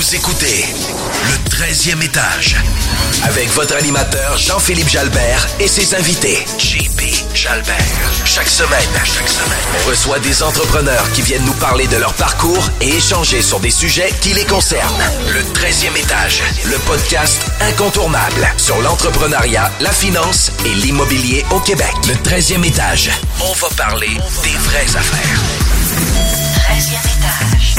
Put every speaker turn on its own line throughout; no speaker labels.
Vous écoutez le 13e étage avec votre animateur Jean-Philippe Jalbert et ses invités JP Jalbert. Chaque semaine, on reçoit des entrepreneurs qui viennent nous parler de leur parcours et échanger sur des sujets qui les concernent. Le 13e étage, le podcast incontournable sur l'entrepreneuriat, la finance et l'immobilier au Québec. Le 13e étage, on va parler des vraies affaires.
13e étage.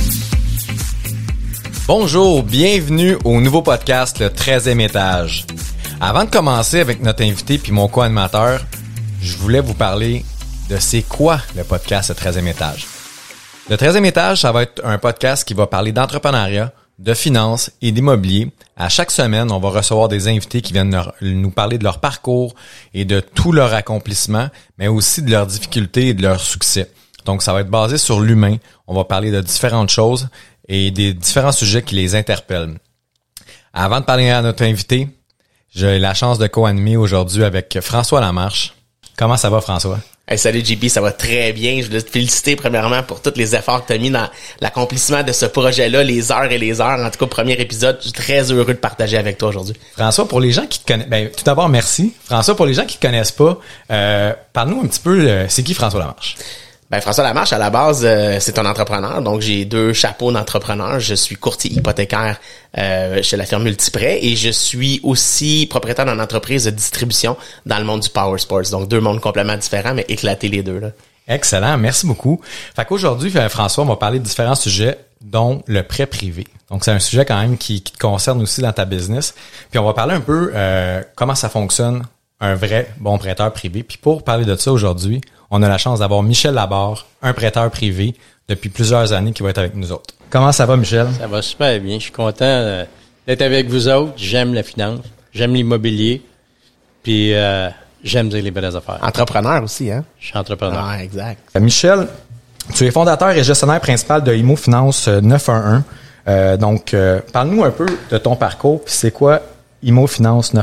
Bonjour, bienvenue au nouveau podcast Le 13e étage. Avant de commencer avec notre invité puis mon co-animateur, je voulais vous parler de c'est quoi le podcast Le 13e étage. Le 13e étage, ça va être un podcast qui va parler d'entrepreneuriat, de finance et d'immobilier. À chaque semaine, on va recevoir des invités qui viennent nous parler de leur parcours et de tout leur accomplissement, mais aussi de leurs difficultés et de leur succès. Donc, ça va être basé sur l'humain. On va parler de différentes choses et des différents sujets qui les interpellent. Avant de parler à notre invité, j'ai la chance de co-animer aujourd'hui avec François Lamarche. Comment ça va, François?
Hey, salut JP, ça va très bien. Je voulais te féliciter premièrement pour tous les efforts que tu as mis dans l'accomplissement de ce projet-là, les heures et les heures. En tout cas, premier épisode, je suis très heureux de partager avec toi aujourd'hui.
François, pour les gens qui te connaissent, tout d'abord, merci. François, pour les gens qui te connaissent pas, parle-nous un petit peu, c'est qui François Lamarche?
François Lamarche, à la base, c'est un entrepreneur. Donc, j'ai deux chapeaux d'entrepreneur. Je suis courtier hypothécaire chez la firme Multiprêt et je suis aussi propriétaire d'une entreprise de distribution dans le monde du power sports. Donc, deux mondes complètement différents, mais éclater les deux, là.
Excellent, merci beaucoup. Fait qu'aujourd'hui, François, on va parler de différents sujets, dont le prêt privé. Donc, c'est un sujet quand même qui te concerne aussi dans ta business. Puis, on va parler un peu comment ça fonctionne, un vrai bon prêteur privé. Puis, pour parler de ça aujourd'hui, on a la chance d'avoir Michel Labarre, un prêteur privé depuis plusieurs années qui va être avec nous autres. Comment ça va, Michel?
Ça va super bien. Je suis content d'être avec vous autres. J'aime la finance, j'aime l'immobilier, puis j'aime dire les belles affaires.
Entrepreneur aussi, hein?
Je suis entrepreneur.
Ah, exact.
Michel, tu es fondateur et gestionnaire principal de Imo Finance 911. Donc, parle-nous un peu de ton parcours, puis c'est quoi Imo Finance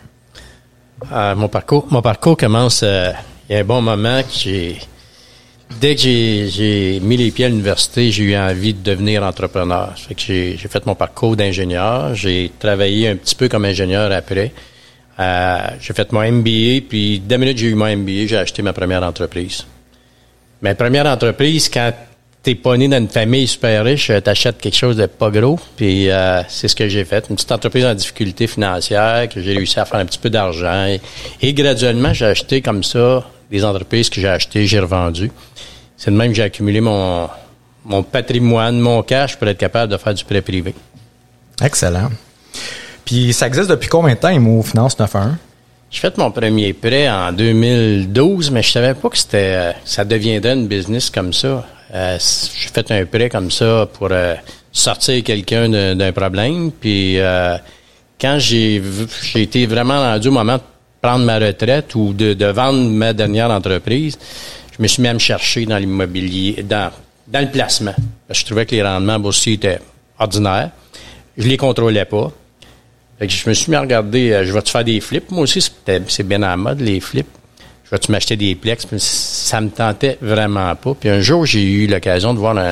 911?
Mon parcours commence... il y a un bon moment que dès que j'ai mis les pieds à l'université, j'ai eu envie de devenir entrepreneur. Ça fait que j'ai fait mon parcours d'ingénieur. J'ai travaillé un petit peu comme ingénieur après. J'ai fait mon MBA, puis dès la minute que j'ai eu mon MBA, j'ai acheté ma première entreprise. Ma première entreprise, quand t'es pas né dans une famille super riche, t'achètes quelque chose de pas gros, puis c'est ce que j'ai fait. Une petite entreprise en difficulté financière, que j'ai réussi à faire un petit peu d'argent. Et graduellement, j'ai acheté comme ça des entreprises que j'ai achetées, j'ai revendu. C'est de même que j'ai accumulé mon patrimoine, mon cash pour être capable de faire du prêt privé.
Excellent. Puis ça existe depuis combien de temps, Imo Finance 911?
J'ai fait mon premier prêt en 2012, mais je savais pas que ça deviendrait une business comme ça. J'ai fait un prêt comme ça pour sortir quelqu'un d'un problème. Puis quand j'ai été vraiment rendu au moment de prendre ma retraite ou de vendre ma dernière entreprise, je me suis mis à me chercher dans l'immobilier, dans le placement. Parce que je trouvais que les rendements boursiers étaient ordinaires. Je les contrôlais pas. Fait que je me suis mis à regarder, je vais-tu faire des flips? Moi aussi, c'est bien en mode, les flips. Je vais-tu m'acheter des plex? Ça me tentait vraiment pas. Puis un jour, j'ai eu l'occasion de voir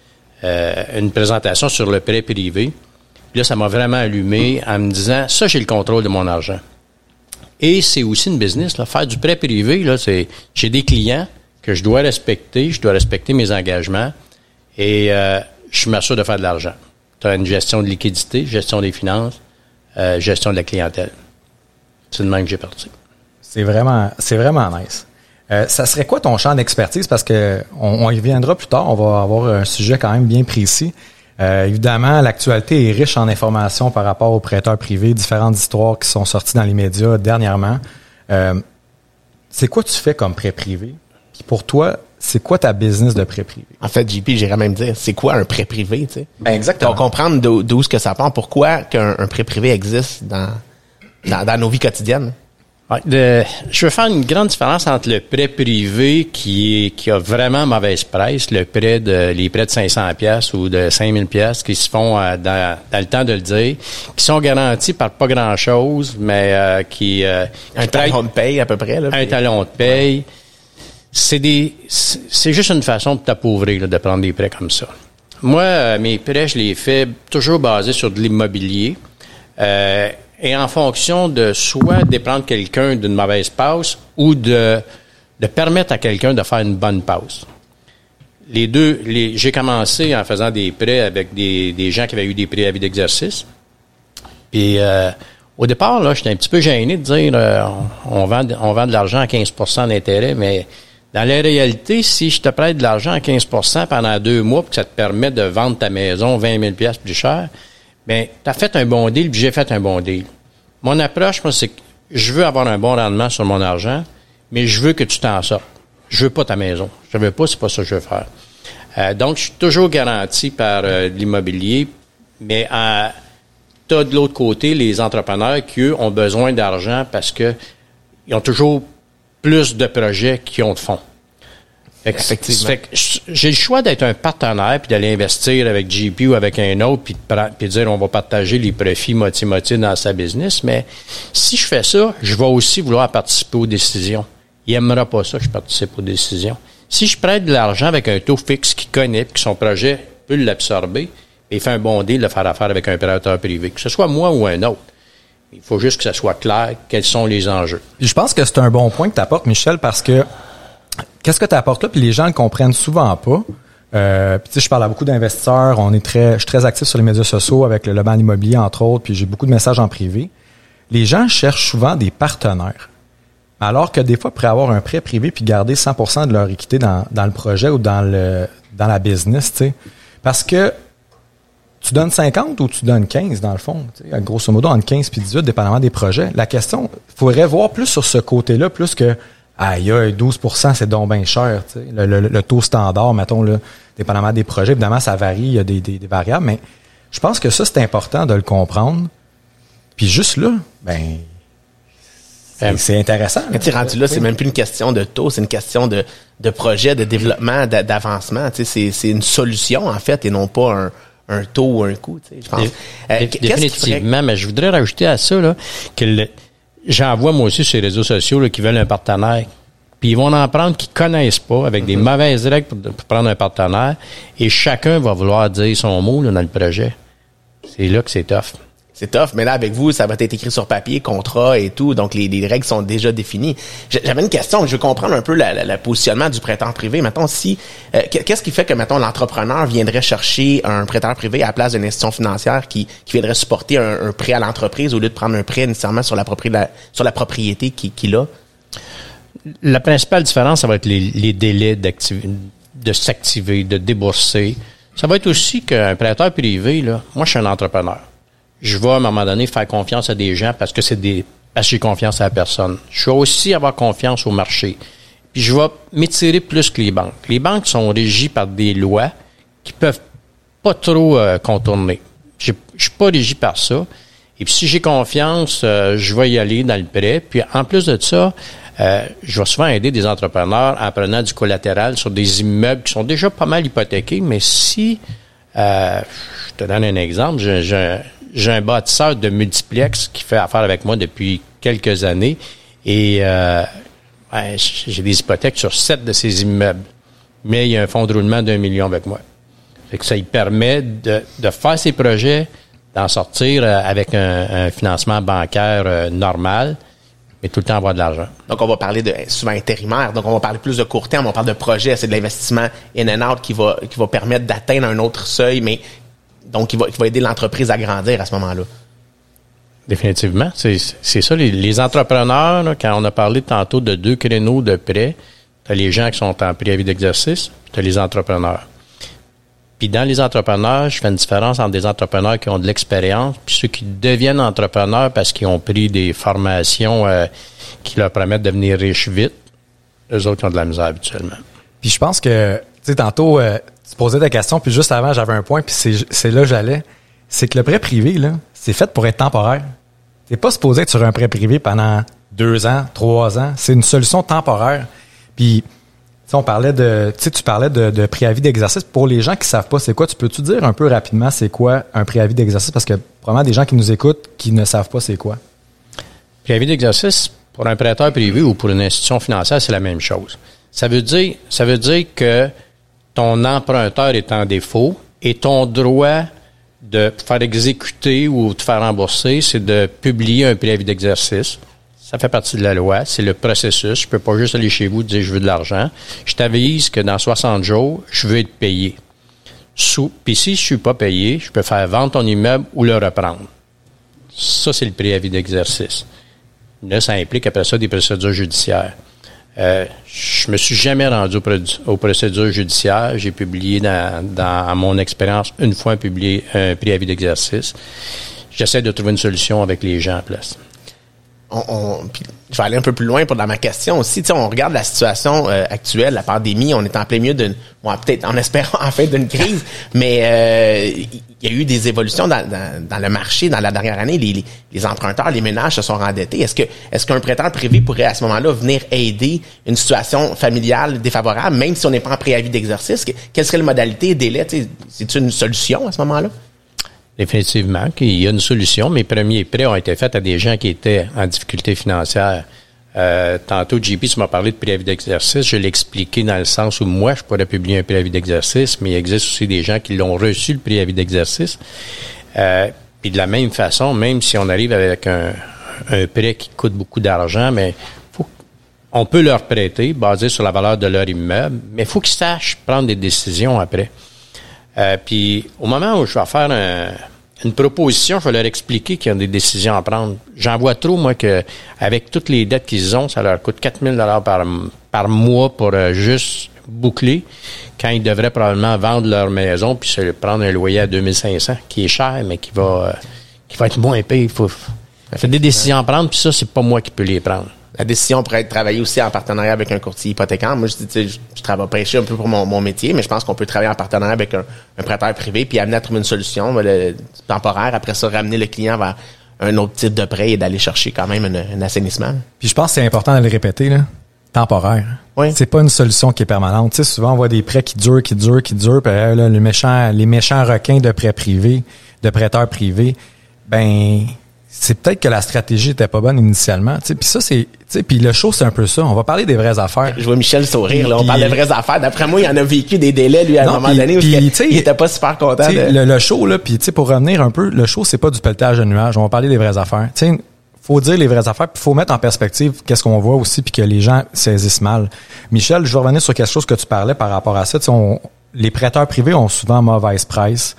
une présentation sur le prêt privé. Puis là, ça m'a vraiment allumé en me disant, ça, j'ai le contrôle de mon argent. Et c'est aussi une business, là. Faire du prêt privé, là, j'ai des clients que je dois respecter mes engagements et je m'assure de faire de l'argent. Tu as une gestion de liquidité, gestion des finances, gestion de la clientèle. C'est de même que j'ai parti.
C'est vraiment nice. Ça serait quoi ton champ d'expertise? Parce que on y reviendra plus tard. On va avoir un sujet quand même bien précis. Évidemment, l'actualité est riche en informations par rapport aux prêteurs privés, différentes histoires qui sont sorties dans les médias dernièrement. C'est quoi tu fais comme prêt privé? Puis pour toi, c'est quoi ta business de prêt privé?
En fait, JP, j'irais même dire, c'est quoi un prêt privé, tu sais?
Exactement.
Donc, comprendre d'où ce que ça part, pourquoi qu'un prêt privé existe dans nos vies quotidiennes.
Ouais, je veux faire une grande différence entre le prêt privé qui a vraiment mauvaise presse, les prêts de 500 pièces ou de 5000 pièces qui se font dans le temps de le dire, qui sont garantis par pas grand chose, mais
un talon de paye à peu près là.
Un talon de paye. C'est juste une façon de t'appauvrir, là, de prendre des prêts comme ça. Moi, mes prêts, je les fais toujours basés sur de l'immobilier et en fonction de soit déprendre quelqu'un d'une mauvaise passe ou de permettre à quelqu'un de faire une bonne passe. J'ai commencé en faisant des prêts avec des gens qui avaient eu des préavis d'exercice. Puis au départ, là, j'étais un petit peu gêné de dire on vend de l'argent à 15% d'intérêt, mais dans la réalité, si je te prête de l'argent à 15% pendant 2 mois pour que ça te permet de vendre ta maison 20 000 $ plus cher, bien, tu as fait un bon deal, puis j'ai fait un bon deal. Mon approche, moi, c'est que je veux avoir un bon rendement sur mon argent, mais je veux que tu t'en sortes. Je veux pas ta maison. Je veux pas, c'est pas ça que je veux faire. Donc, je suis toujours garanti par l'immobilier, mais tu as de l'autre côté les entrepreneurs qui, eux, ont besoin d'argent parce que ils ont toujours plus de projets qu'ils ont de fonds.
Effectivement.
J'ai le choix d'être un partenaire puis d'aller investir avec JP ou avec un autre puis de dire on va partager les profits moitié-moitié dans sa business, mais si je fais ça, je vais aussi vouloir participer aux décisions. Il n'aimera pas ça que je participe aux décisions. Si je prête de l'argent avec un taux fixe qu'il connaît puis que son projet peut l'absorber, et il fait un bon deal de faire affaire avec un prêteur privé, que ce soit moi ou un autre. Il faut juste que ça soit clair quels sont les enjeux.
Puis je pense que c'est un bon point que tu apportes, Michel, parce que qu'est-ce que tu apportes là, puis les gens le comprennent souvent pas. Puis tu sais, je parle à beaucoup d'investisseurs, je suis très actif sur les médias sociaux avec le Ban Immobilier, entre autres, puis j'ai beaucoup de messages en privé. Les gens cherchent souvent des partenaires. Alors que des fois, pour avoir un prêt privé puis garder 100% de leur équité dans le projet ou dans la business, tu sais. Parce que tu donnes 50 ou tu donnes 15 dans le fond, tu sais, grosso modo entre 15 et 18, dépendamment des projets. La question, il faudrait voir plus sur ce côté-là, plus que aïe, 12%, c'est donc bien cher, tu sais. Le taux standard, mettons, là, dépendamment des projets, évidemment, ça varie, il y a des variables, mais je pense que ça, c'est important de le comprendre. Puis juste là, ben c'est intéressant.
Mais tu rendu là, c'est même plus une question de taux, c'est une question de projet, de développement, d'avancement. Tu sais, c'est une solution, en fait, et non pas un taux ou un coût, tu sais, je pense.
Définitivement, mais je voudrais rajouter à ça, là, que j'en vois moi aussi sur les réseaux sociaux, là, qui veulent un partenaire. Puis ils vont en prendre qui connaissent pas, avec des mauvaises règles pour prendre un partenaire, et chacun va vouloir dire son mot, là, dans le projet. C'est là que c'est tough.
C'est tough, mais là, avec vous, ça va être écrit sur papier, contrat et tout, donc les règles sont déjà définies. J'avais une question, je veux comprendre un peu le positionnement du prêteur privé. Mettons, qu'est-ce qui fait que, mettons, l'entrepreneur viendrait chercher un prêteur privé à la place d'une institution financière qui viendrait supporter un prêt à l'entreprise au lieu de prendre un prêt nécessairement sur la propriété qu'il a?
La principale différence, ça va être les délais de s'activer, de débourser. Ça va être aussi qu'un prêteur privé, là, moi, je suis un entrepreneur. Je vais, à un moment donné, faire confiance à des gens parce que j'ai confiance à la personne. Je vais aussi avoir confiance au marché. Puis je vais m'étirer plus que les banques. Les banques sont régies par des lois qui peuvent pas trop contourner. Je suis pas régi par ça. Et puis si j'ai confiance, je vais y aller dans le prêt. Puis en plus de ça, je vais souvent aider des entrepreneurs en prenant du collatéral sur des immeubles qui sont déjà pas mal hypothéqués. Mais si, je te donne un exemple, j'ai un bâtisseur de multiplex qui fait affaire avec moi depuis quelques années et j'ai des hypothèques sur 7 de ces immeubles. Mais il y a un fonds de roulement d'1 million avec moi. Fait que ça lui permet de faire ses projets, d'en sortir avec un financement bancaire normal, mais tout le temps avoir de l'argent. Donc,
on va parler souvent intérimaire. Donc, on va parler plus de court terme. On parle de projet. C'est de l'investissement in and out qui va permettre d'atteindre un autre seuil, mais donc, il va aider l'entreprise à grandir à ce moment-là.
Définitivement. C'est ça. Les entrepreneurs, là, quand on a parlé tantôt de 2 créneaux de prêt, tu as les gens qui sont en préavis d'exercice, puis tu as les entrepreneurs. Puis dans les entrepreneurs, je fais une différence entre des entrepreneurs qui ont de l'expérience puis ceux qui deviennent entrepreneurs parce qu'ils ont pris des formations qui leur permettent de devenir riches vite. Eux autres qui ont de la misère habituellement.
Puis je pense que, tu sais, tantôt, tu posais ta question, puis juste avant, j'avais un point, puis c'est là que j'allais. C'est que le prêt privé, là, c'est fait pour être temporaire. T'es pas supposé être sur un prêt privé pendant 2 ans, 3 ans. C'est une solution temporaire. Puis, on parlait tu parlais de préavis d'exercice. Pour les gens qui savent pas c'est quoi, peux-tu dire un peu rapidement c'est quoi un préavis d'exercice? Parce que probablement des gens qui nous écoutent qui ne savent pas c'est quoi.
Préavis d'exercice, pour un prêteur privé ou pour une institution financière, c'est la même chose. Ça veut dire que ton emprunteur est en défaut, Et ton droit de faire exécuter ou de faire rembourser, c'est de publier un préavis d'exercice. Ça fait partie de la loi. C'est le processus. Je peux pas juste aller chez vous et dire je veux de l'argent. Je t'avise que dans 60 jours, je veux être payé. Puis si je suis pas payé, je peux faire vendre ton immeuble ou le reprendre. Ça, c'est le préavis d'exercice. Là, ça implique après ça des procédures judiciaires. Je me suis jamais rendu aux procédures judiciaires. J'ai publié dans mon expérience une fois un préavis d'exercice. J'essaie de trouver une solution avec les gens en place.
Puis je vais aller un peu plus loin dans ma question aussi. Tu sais, on regarde la situation actuelle, la pandémie, on est en plein milieu peut-être en espérant en fait d'une crise, mais il y a eu des évolutions dans le marché dans la dernière année. Les emprunteurs, les ménages se sont rendettés. Est-ce qu'un prêteur privé pourrait à ce moment-là venir aider une situation familiale défavorable, même si on n'est pas en préavis d'exercice? Quelle serait la modalité, délai? Tu sais, c'est une solution à ce moment-là?
Définitivement qu'il y a une solution. Mes premiers prêts ont été faits à des gens qui étaient en difficulté financière. Tantôt, JP, tu m'as parlé de préavis d'exercice. Je l'ai expliqué dans le sens où moi, je pourrais publier un préavis d'exercice, mais il existe aussi des gens qui l'ont reçu, le préavis d'exercice. Puis de la même façon, même si on arrive avec un prêt qui coûte beaucoup d'argent, mais on peut leur prêter basé sur la valeur de leur immeuble, mais il faut qu'ils sachent prendre des décisions après. Puis au moment où je vais faire une proposition, je vais leur expliquer qu'il y a des décisions à prendre. J'en vois trop, moi, que avec toutes les dettes qu'ils ont, ça leur coûte 4 000 $ par mois pour juste boucler, quand ils devraient probablement vendre leur maison puis se prendre un loyer à 2 500, qui est cher, mais qui va être moins payé. Il faut des décisions à prendre, puis ça, c'est pas moi qui peux les prendre.
La décision pourrait être travaillée aussi en partenariat avec un courtier hypothécaire. Moi, je travaille prêcher un peu pour mon métier, mais je pense qu'on peut travailler en partenariat avec un prêteur privé puis amener à trouver une solution temporaire. Après ça, ramener le client vers un autre type de prêt et d'aller chercher quand même un assainissement.
Puis je pense que c'est important de le répéter, là. Temporaire.
Oui.
C'est pas une solution qui est permanente. Tu sais, souvent, on voit des prêts qui durent, puis là, les méchants requins de prêts privés, de prêteurs privés, c'est peut-être que la stratégie était pas bonne initialement, tu sais. Puis ça, puis le show, c'est un peu ça. On va parler des vraies affaires.
Je vois Michel sourire, là. On parle de vraies affaires. D'après moi, il en a vécu des délais, lui, à un moment donné, où il était pas super content.
Le show, là, puis tu sais, pour revenir un peu, le show, c'est pas du pelletage de nuages. On va parler des vraies affaires. Tu sais, faut dire les vraies affaires, puis faut mettre en perspective qu'est-ce qu'on voit aussi, puis que les gens saisissent mal. Michel, je vais revenir sur quelque chose que tu parlais par rapport à ça. Tu sais, les prêteurs privés ont souvent mauvaise presse.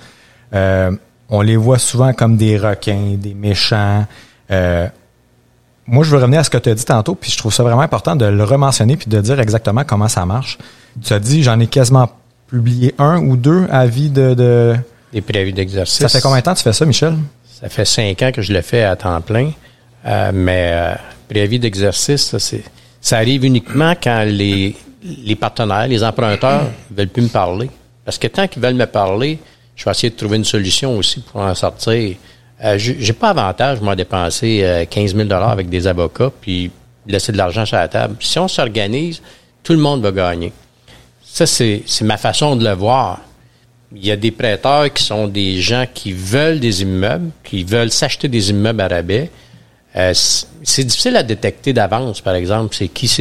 On les voit souvent comme des requins, des méchants. Moi, je veux revenir à ce que tu as dit tantôt, puis je trouve ça vraiment important de le rementionner puis de dire exactement comment ça marche. Tu as dit, j'en ai quasiment publié 1 ou 2 avis de...
Des préavis d'exercice.
Ça fait combien de temps que tu fais ça, Michel?
Ça fait 5 ans que je le fais à temps plein. Mais préavis d'exercice, ça arrive uniquement quand les partenaires, les emprunteurs veulent plus me parler. Parce que tant qu'ils veulent me parler, je vais essayer de trouver une solution aussi pour en sortir. J'ai pas avantage, moi, à dépenser 15 000 $ avec des avocats puis laisser de l'argent sur la table. Si on s'organise, tout le monde va gagner. Ça, c'est ma façon de le voir. Il y a des prêteurs qui sont des gens qui veulent des immeubles, qui veulent s'acheter des immeubles à rabais. C'est difficile à détecter d'avance, par exemple, c'est qui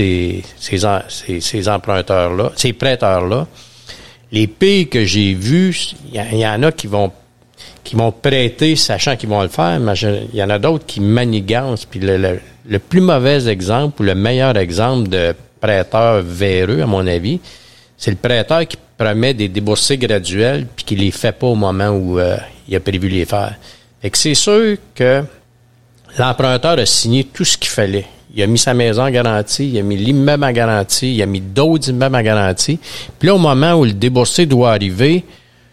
ces emprunteurs-là, ces prêteurs-là. Les pires que j'ai vus, il y en a qui vont prêter sachant qu'ils vont le faire, mais il y en a d'autres qui manigancent. Puis le plus mauvais exemple ou le meilleur exemple de prêteur véreux, à mon avis, c'est le prêteur qui promet des déboursés graduels puis qui les fait pas au moment où il a prévu les faire. Fait que c'est sûr que l'emprunteur a signé tout ce qu'il fallait. Il a mis sa maison en garantie, il a mis l'immeuble en garantie, il a mis d'autres immeubles en garantie. Puis là, au moment où le déboursé doit arriver,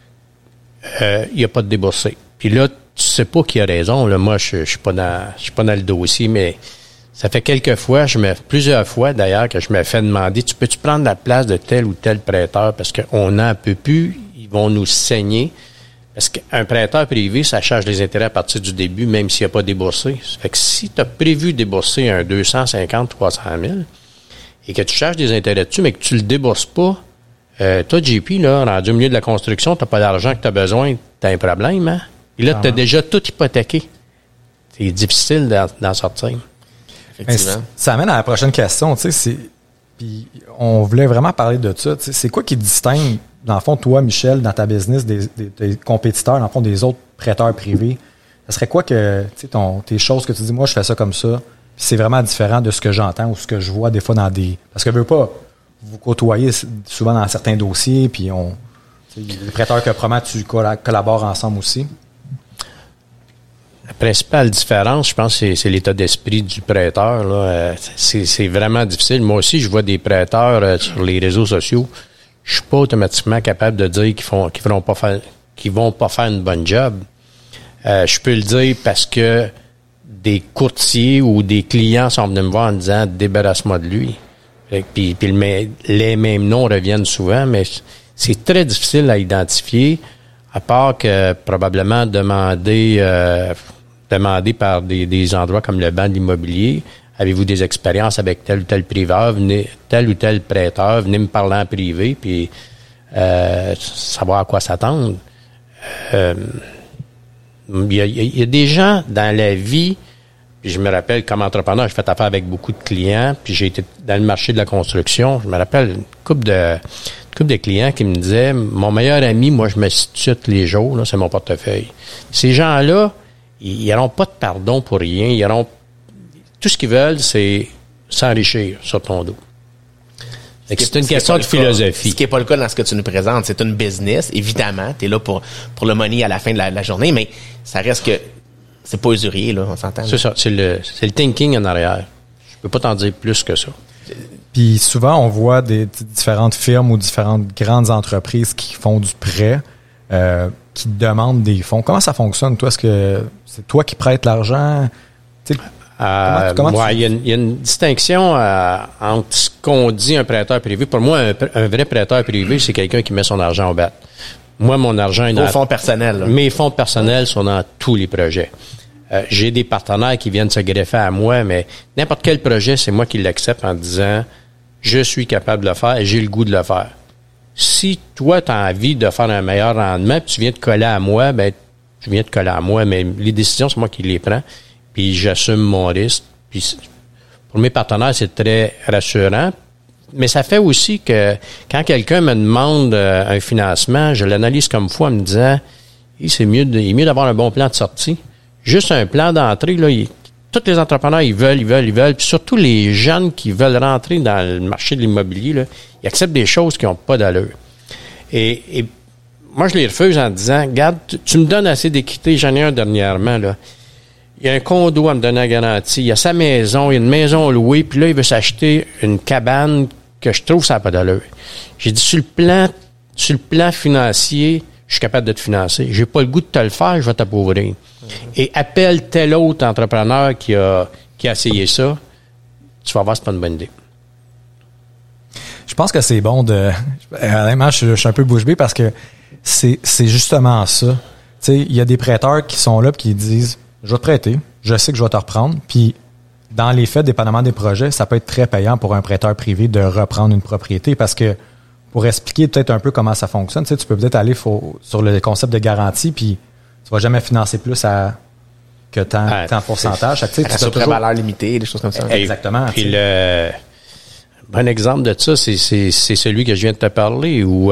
il n'y a pas de déboursé. Puis là, tu sais pas qui a raison. Là, moi, je suis pas dans le dossier, mais ça fait plusieurs fois d'ailleurs, que je me fais demander, tu peux-tu prendre la place de tel ou tel prêteur parce qu'on n'en peut plus, ils vont nous saigner. Parce qu'un prêteur privé, ça charge les intérêts à partir du début, même s'il n'y a pas déboursé. Ça fait que si tu as prévu débourser un 250, 300 000 et que tu charges des intérêts dessus, mais que tu le débourses pas, toi, JP, là, rendu au milieu de la construction, tu n'as pas d'argent que tu as besoin, tu as un problème, hein? Et là, tu as déjà tout hypothéqué. C'est difficile d'en sortir.
Effectivement. Ça amène à la prochaine question. Tu sais,
Puis on voulait vraiment parler de ça. T'sais, c'est quoi qui distingue, dans le fond, toi, Michel, dans ta business, des compétiteurs, dans le fond, des autres prêteurs privés? Ça serait quoi que, tes choses que tu dis, moi, je fais ça comme ça, puis c'est vraiment différent de ce que j'entends ou ce que je vois des fois dans des... Parce que, veux pas, vous côtoyez souvent dans certains dossiers, puis les prêteurs que probablement tu collabores ensemble aussi.
La principale différence, je pense, c'est l'état d'esprit du prêteur. Là. C'est vraiment difficile. Moi aussi, je vois des prêteurs sur les réseaux sociaux. Je suis pas automatiquement capable de dire qu'ils vont pas faire une bonne job. Je peux le dire parce que des courtiers ou des clients sont venus me voir en disant « débarrasse-moi de lui ». Puis les mêmes noms reviennent souvent, mais c'est très difficile à identifier, à part que probablement demander par des endroits comme le banc de l'immobilier, avez-vous des expériences avec tel ou tel priveur, tel ou tel prêteur, venez me parler en privé, puis savoir à quoi s'attendre. Il y a des gens dans la vie, puis je me rappelle comme entrepreneur, j'ai fait affaire avec beaucoup de clients, puis j'ai été dans le marché de la construction. Je me rappelle une couple de clients qui me disaient, mon meilleur ami, moi je me situe tous les jours, là, c'est mon portefeuille. Ces gens-là, ils n'auront pas de pardon pour rien. Tout ce qu'ils veulent, c'est s'enrichir sur ton dos. C'est une question de philosophie.
Ce qui n'est pas le cas dans ce que tu nous présentes. C'est une business. Évidemment, tu es là pour le money à la fin de la journée, mais ça reste que c'est pas usurier, là, on s'entend.
C'est ça. C'est le thinking en arrière. Je peux pas t'en dire plus que ça.
Puis souvent, on voit des différentes firmes ou différentes grandes entreprises qui font du prêt, qui demandent des fonds. Comment ça fonctionne, toi? Est-ce que c'est toi qui prêtes l'argent?
Il y a une distinction entre ce qu'on dit un prêteur privé. Pour moi, un vrai prêteur privé, c'est quelqu'un qui met son argent au bat. Moi, mon argent est
dans... fonds personnels. Là.
Mes fonds personnels sont dans tous les projets. J'ai des partenaires qui viennent se greffer à moi, mais n'importe quel projet, c'est moi qui l'accepte en disant « Je suis capable de le faire et j'ai le goût de le faire. » Si toi, tu as envie de faire un meilleur rendement, puis tu viens te coller à moi, tu viens te coller à moi, mais les décisions, c'est moi qui les prends, puis j'assume mon risque. Puis pour mes partenaires, c'est très rassurant. Mais ça fait aussi que quand quelqu'un me demande un financement, je l'analyse comme fois en me disant c'est mieux d'avoir un bon plan de sortie. Juste un plan d'entrée, là, tous les entrepreneurs, ils veulent. Puis surtout les jeunes qui veulent rentrer dans le marché de l'immobilier, là, ils acceptent des choses qui n'ont pas d'allure. Et moi, je les refuse en disant, regarde, tu me donnes assez d'équité, j'en ai un dernièrement, là. Il y a un condo à me donner la garantie, il y a sa maison, il y a une maison louée, puis là, il veut s'acheter une cabane que je trouve ça n'a pas d'allure. J'ai dit, sur le plan financier, je suis capable de te financer. J'ai pas le goût de te le faire, je vais t'appauvrir. Et appelle tel autre entrepreneur qui a essayé ça, tu vas voir, c'est pas une bonne idée.
Je pense que c'est bon de... Honnêtement, je suis un peu bouche bée parce que c'est justement ça. Tu sais, il y a des prêteurs qui sont là et qui disent, je vais te prêter, je sais que je vais te reprendre, puis dans les faits, dépendamment des projets, ça peut être très payant pour un prêteur privé de reprendre une propriété parce que pour expliquer peut-être un peu comment ça fonctionne, tu sais, tu peux peut-être aller sur le concept de garantie, puis tu vas jamais financer plus que tant pourcentage. Tu sais,
sur toujours... valeur limitée, des choses comme ça.
Exactement.
Puis le bon exemple de ça, c'est celui que je viens de te parler, où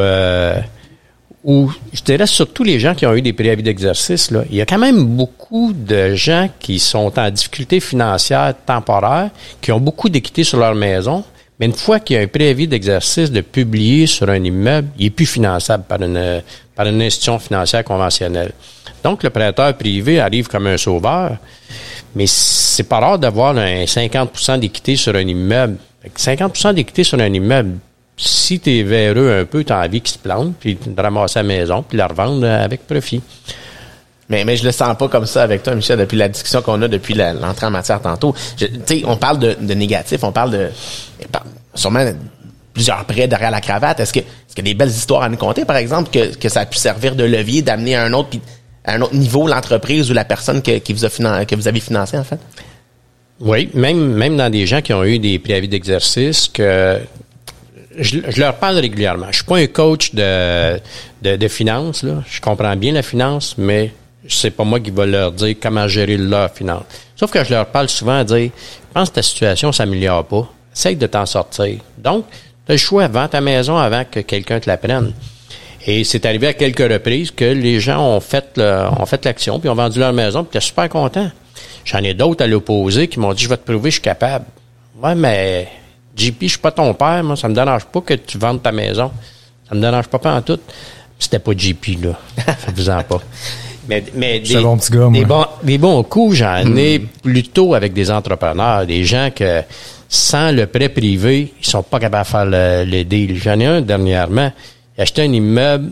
je dirais surtout les gens qui ont eu des préavis d'exercice, là, il y a quand même beaucoup de gens qui sont en difficulté financière temporaire, qui ont beaucoup d'équité sur leur maison, mais une fois qu'il y a un préavis d'exercice de publier sur un immeuble, il est plus finançable par une institution financière conventionnelle. Donc, le prêteur privé arrive comme un sauveur, mais c'est pas rare d'avoir un 50% d'équité sur un immeuble. 50% d'équité sur un immeuble, si tu es véreux un peu, tu as envie qu'il se plante, puis de ramasser la maison, puis la revendre avec profit.
Mais je le sens pas comme ça avec toi, Michel, depuis la discussion qu'on a depuis l'entrée en matière tantôt. Tu sais, on parle de négatif, on parle sûrement plusieurs prêts derrière la cravate. Est-ce qu'il y a des belles histoires à nous conter, par exemple, que ça a pu servir de levier, d'amener à un autre niveau l'entreprise ou la personne que vous avez financé, en fait?
Oui, même dans des gens qui ont eu des préavis d'exercice, que je leur parle régulièrement. Je suis pas un coach de finance, là. Je comprends bien la finance, mais c'est pas moi qui va leur dire comment gérer leur finance. Sauf que je leur parle souvent à dire, je pense que ta situation s'améliore pas. essaye de t'en sortir. Donc, tu as le choix, vends ta maison avant que quelqu'un te la prenne. Et c'est arrivé à quelques reprises que les gens ont fait l'action, puis ont vendu leur maison, puis tu es super content. J'en ai d'autres à l'opposé qui m'ont dit, je vais te prouver que je suis capable. Ouais, mais JP, je suis pas ton père, moi, ça me dérange pas que tu vendes ta maison. Ça me dérange pas en tout. C'était pas JP, là. Faites-vous-en pas. Mais
C'est un bon petit gars, moi.
des bons coups, j'en ai plutôt avec des entrepreneurs, des gens que, sans le prêt privé, ils sont pas capables de faire le deal. J'en ai un dernièrement. Il a acheté un immeuble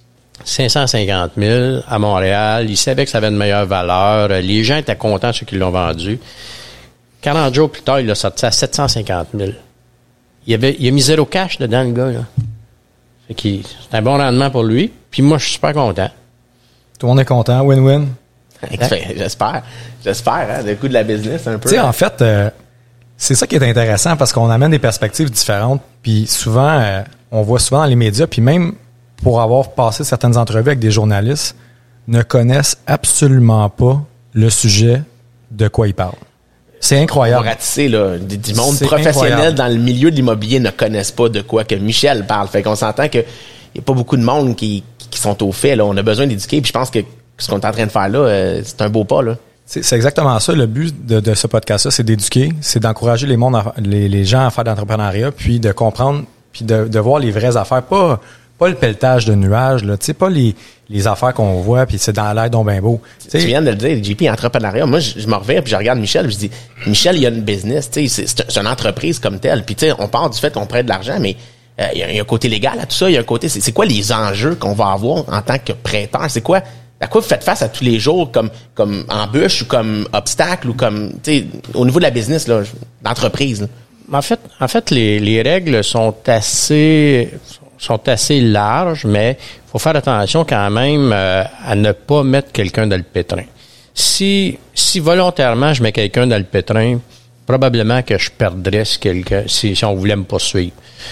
550 000 à Montréal. Il savait que ça avait une meilleure valeur. Les gens étaient contents, ceux qui l'ont vendu. 40 jours plus tard, il l'a sorti à 750 000. Il a mis 0 cash dedans, le gars, là. Fait que c'est un bon rendement pour lui. Puis moi, je suis super content.
Tout le monde est content, win-win.
J'espère, hein, le coup de la business, un peu.
Tu sais, en fait, c'est ça qui est intéressant parce qu'on amène des perspectives différentes. Puis souvent, on voit souvent dans les médias, puis même pour avoir passé certaines entrevues avec des journalistes, ne connaissent absolument pas le sujet de quoi ils parlent. C'est incroyable.
On va ratisser, là, du monde
C'est
professionnel
incroyable.
dans le milieu de l'immobilier ne connaissent pas de quoi que Michel parle. Fait qu'on s'entend que il y a pas beaucoup de monde qui sont au fait, là. On a besoin d'éduquer, puis je pense que ce qu'on est en train de faire là, c'est un beau pas, là.
C'est exactement ça. Le but de ce podcast-là, c'est d'éduquer, c'est d'encourager les gens à faire de l'entrepreneuriat, puis de comprendre, puis de voir les vraies affaires, pas le pelletage de nuages, là, tu sais, pas les affaires qu'on voit, puis c'est dans l'air donc ben beau.
Tu viens de le dire, JP, entrepreneuriat. Moi, je me reviens puis je regarde Michel, je dis, Michel, il y a une business, tu sais, c'est une entreprise comme telle. Puis tu sais, on part du fait qu'on prête de l'argent, mais il y a un côté légal à tout ça. Il y a un côté, c'est quoi les enjeux qu'on va avoir en tant que prêteur? C'est quoi? À quoi vous faites face à tous les jours comme embûche ou comme obstacle ou comme, tu sais, au niveau de la business, là, l'entreprise, là?
En fait, les règles sont assez larges, mais il faut faire attention quand même à ne pas mettre quelqu'un dans le pétrin. Si volontairement je mets quelqu'un dans le pétrin, probablement que je perdrais si on voulait me poursuivre.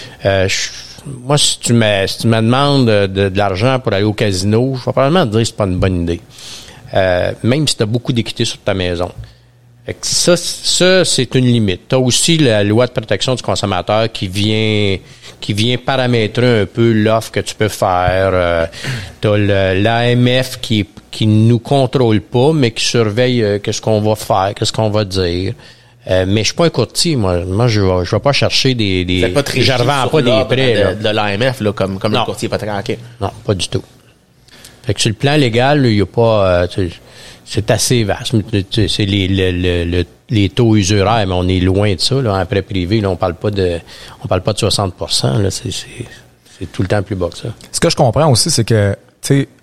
Moi, si tu me demandes de l'argent pour aller au casino, je vais probablement te dire que c'est pas une bonne idée. Même si tu as beaucoup d'équité sur ta maison. Fait que ça, c'est une limite. Tu as aussi la loi de protection du consommateur qui vient paramétrer un peu l'offre que tu peux faire. Tu as l'AMF qui nous contrôle pas, mais qui surveille qu'est-ce qu'on va faire, qu'est-ce qu'on va dire. Mais je suis pas un courtier, moi. Moi, je vais pas chercher des. Je revends pas des prêts
de l'AMF là, comme le courtier hypothécaire. Okay.
Non, pas du tout. Fait que sur le plan légal, il y a pas. C'est assez vaste. C'est les taux usuraires, mais on est loin de ça. Là, en prêt privé, là, on parle pas de 60%. Là, c'est tout le temps plus bas que ça.
Ce que je comprends aussi, c'est que, tu sais,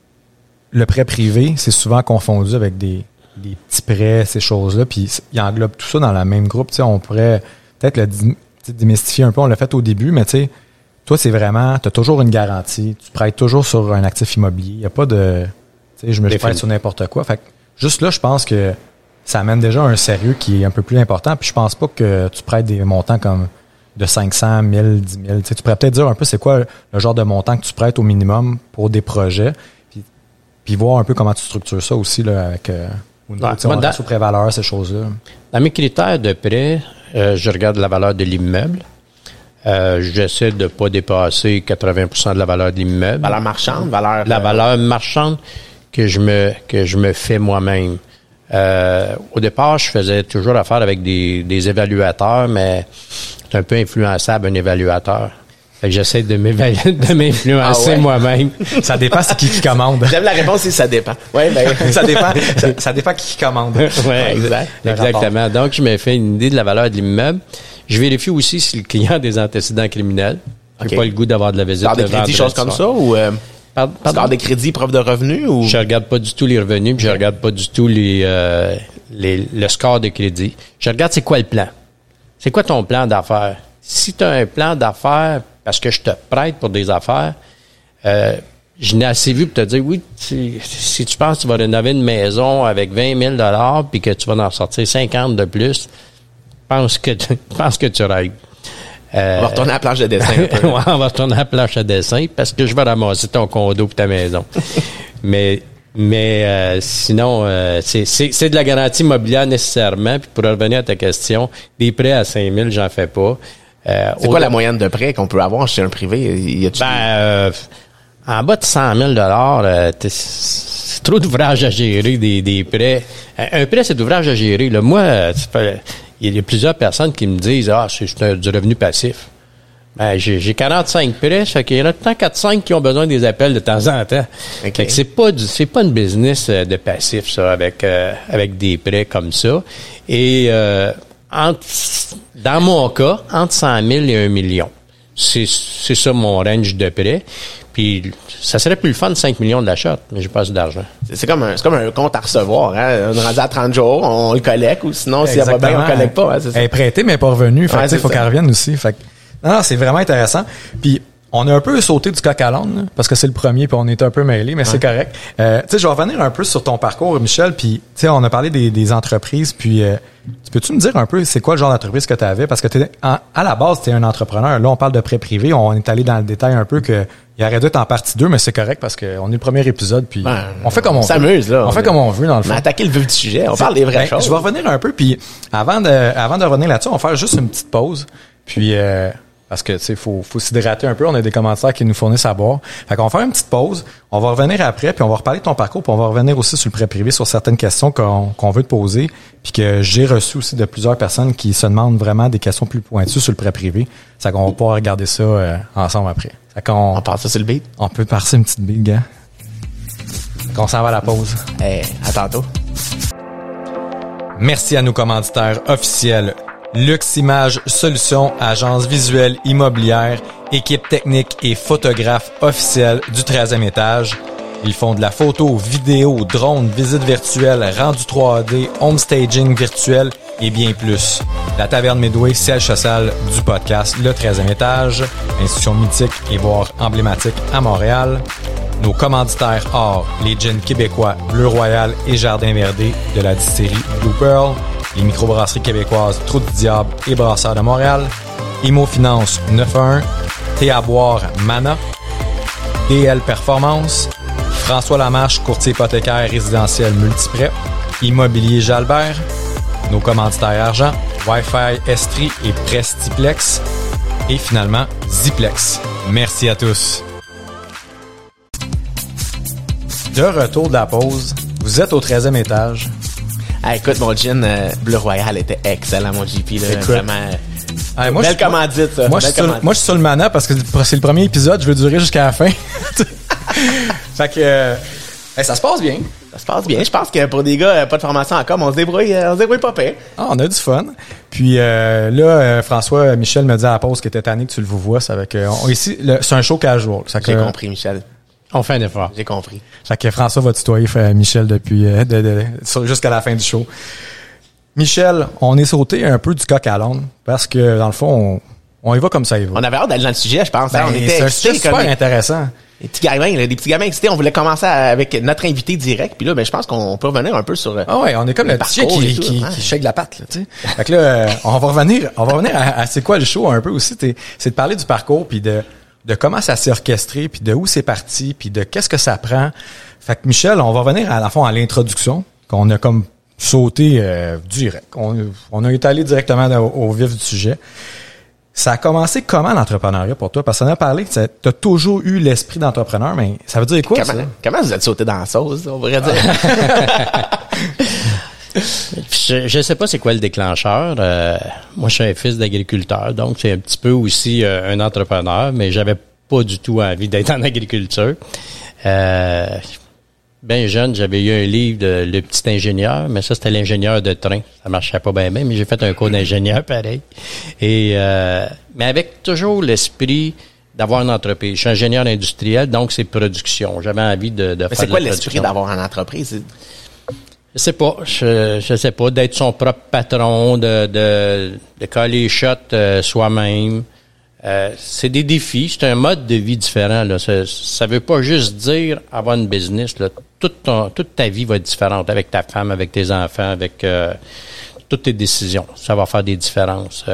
le prêt privé, c'est souvent confondu avec des petits prêts, ces choses-là, puis il englobe tout ça dans le même groupe. Tu sais, on pourrait peut-être le démystifier un peu. On l'a fait au début, mais tu sais, toi, c'est vraiment, tu as toujours une garantie. Tu prêtes toujours sur un actif immobilier. Il n'y a pas de... Tu sais, je me prête sur n'importe quoi. Fait que juste là, je pense que ça amène déjà un sérieux qui est un peu plus important. Puis je pense pas que tu prêtes des montants comme de 500, 1000, 10 000. Tu sais, tu pourrais peut-être dire un peu c'est quoi le genre de montant que tu prêtes au minimum pour des projets. Puis voir un peu comment tu structures ça aussi là, avec sous prévaleur, ces choses-là.
Dans mes critères de prêt, je regarde la valeur de l'immeuble. J'essaie de pas dépasser 80% de la valeur de l'immeuble.
Valeur marchande,
la valeur marchande que je me fais moi-même. Au départ, je faisais toujours affaire avec des évaluateurs, mais c'est un peu influençable, un évaluateur. Fait que j'essaie de m'influencer moi-même.
Ça dépend c'est qui commande.
J'aime la réponse, c'est ça dépend.
Ouais, ben, ça dépend qui commande.
Ouais, exactement. Donc, je me fais une idée de la valeur de l'immeuble. Je vérifie aussi si le client a des antécédents criminels. J'ai pas le goût d'avoir de la visite.
Score de crédit, choses comme ça, ou score de crédit, preuve de revenus, ou?
Je regarde pas du tout les revenus, puis je regarde pas du tout le score de crédit. Je regarde c'est quoi le plan. C'est quoi ton plan d'affaires? Si tu as un plan d'affaires, parce que je te prête pour des affaires, je n'ai assez vu pour te dire, oui, si tu penses que tu vas rénover une maison avec 20 000 $ puis que tu vas en sortir 50 de plus, pense que tu rêves.
On va retourner à la planche de dessin.
Ouais, on va retourner à la planche de dessin parce que je vais ramasser ton condo pour ta maison. Mais Mais sinon, c'est de la garantie immobilière nécessairement. Puis pour revenir à ta question, des prêts à 5 000, j'en fais pas.
C'est quoi la moyenne de prêts qu'on peut avoir chez un privé?
En bas de 100 000 c'est trop d'ouvrages à gérer, des prêts. Un prêt, c'est d'ouvrage à gérer. Là, moi, il y a plusieurs personnes qui me disent « c'est du revenu passif ». Ben, j'ai 45 prêts, fait qu'il y en a tout le temps 4-5 qui ont besoin des appels de temps en temps. Okay. Fait que c'est pas une business de passif, ça, avec des prêts comme ça. Et dans mon cas, entre 100 000 et 1 million. C'est ça mon range de prêts. Puis ça serait plus le fun de 5 millions de l'achat, mais j'ai pas assez d'argent.
C'est comme un compte à recevoir, hein. On est rendu à 30 jours, on le collecte, ou sinon, s'il y a pas bien, on le collecte pas, hein, c'est ça.
Elle est prêtée, mais pas revenue. Fait que, faut qu'elle revienne aussi. Fait que, non, c'est vraiment intéressant. Puis, on a un peu sauté du coq à l'âne, là, parce que c'est le premier, puis on est un peu mêlés, mais c'est correct. Tu sais, je vais revenir un peu sur ton parcours, Michel, puis, tu sais, on a parlé des entreprises, puis, peux-tu me dire un peu, c'est quoi le genre d'entreprise que tu avais? Parce que à la base, tu es un entrepreneur. Là, on parle de prêt privé. On est allé dans le détail un peu que il aurait dû être en partie 2, mais c'est correct parce qu'on est le premier épisode, puis on fait comme on
s'amuse,
veut. On fait comme on veut, dans le fond.
Mais attaquer le vif du sujet, on parle des vraies choses.
Je vais revenir un peu, puis avant de revenir là-dessus, on va faire juste une petite pause. Puis, parce que, tu sais, faut s'hydrater un peu. On a des commentaires qui nous fournissent à boire. Fait qu'on va faire une petite pause. On va revenir après, puis on va reparler de ton parcours, puis on va revenir aussi sur le prêt privé, sur certaines questions qu'on veut te poser, puis que j'ai reçu aussi de plusieurs personnes qui se demandent vraiment des questions plus pointues sur le prêt privé. C'est qu'on va pouvoir regarder ça ensemble après.
On part ça sur le beat?
On peut passer une petite beat, gars. Qu'on s'en va à la pause.
À tantôt.
Merci à nos commanditaires officiels. Luximage Solutions, agence visuelle immobilière, équipe technique et photographe officielle du 13e étage. Ils font de la photo, vidéo, drone, visite virtuelle, rendu 3D, home staging virtuel et bien plus. La Taverne Midway, siège social du podcast Le 13e étage, institution mythique et voire emblématique à Montréal. Nos commanditaires or, les gins québécois Bleu Royal et Jardin Verdé de la distillerie Blue Pearl, les microbrasseries québécoises Trou du Diable et Brasseurs de Montréal, Imo Finance 911, Thé à boire Mana, DL Performance, François Lamarche, courtier hypothécaire résidentiel multiprêt, Immobilier Jalbert, nos commanditaires argent, Wi-Fi Estrie et Prestiplex, et finalement Ziplex. Merci à tous. De retour de la pause, vous êtes au 13e étage.
Écoute, mon gin Bleu Royal était excellent, mon JP. Là,
écoute,
vraiment. Belle commandite, ça.
Moi, je suis sur le mana parce que c'est le premier épisode, je veux durer jusqu'à la fin. Fait que ça se passe bien.
Ça se passe bien. Je pense que pour des gars, pas de formation en com, on se débrouille pas pire.
On a du fun. Puis là, François, Michel me dit à la pause qu'il était tanné que tu le vois. C'est avec ici, c'est un show casual.
J'ai compris, Michel.
On fait un effort.
J'ai compris.
Fait que François va tutoyer Michel depuis jusqu'à la fin du show. Michel, on est sauté un peu du coq à l'âne parce que dans le fond, on y va comme ça y va.
On avait hâte d'aller dans le sujet, je pense.
Ben,
on était
c'est un sujet super intéressant.
Des petits gamins excités. On voulait commencer avec notre invité direct. Puis là, je pense qu'on peut revenir un peu sur.
Ah ouais, on est comme le petit chien qui shake la patte, là, tu sais. Fait que là, on va revenir à c'est quoi le show un peu aussi. C'est de parler du parcours puis de comment ça s'est orchestré, puis de où c'est parti, puis de qu'est-ce que ça prend. Fait que Michel, on va revenir à la fin à l'introduction, qu'on a comme sauté direct. On a étalé directement au vif du sujet. Ça a commencé comment l'entrepreneuriat pour toi? Parce qu'on a parlé que tu as toujours eu l'esprit d'entrepreneur, mais ça veut dire quoi, ça?
Comment vous êtes sauté dans la sauce, on pourrait dire?
Je sais pas c'est quoi le déclencheur. Moi, je suis un fils d'agriculteur, donc c'est un petit peu aussi un entrepreneur, mais j'avais pas du tout envie d'être en agriculture. Bien jeune, j'avais eu un livre de Le Petit Ingénieur, mais ça, c'était l'ingénieur de train. Ça marchait pas bien, mais j'ai fait un cours d'ingénieur pareil. Et mais avec toujours l'esprit d'avoir une entreprise. Je suis ingénieur industriel, donc c'est production. J'avais envie de faire de la production.
C'est quoi l'esprit d'avoir une entreprise?
Je sais pas. Je sais pas. D'être son propre patron, de coller les shots soi-même. C'est des défis. C'est un mode de vie différent, là. Ça veut pas juste dire avoir une business, là. Toute ta vie va être différente avec ta femme, avec tes enfants, avec toutes tes décisions. Ça va faire des différences.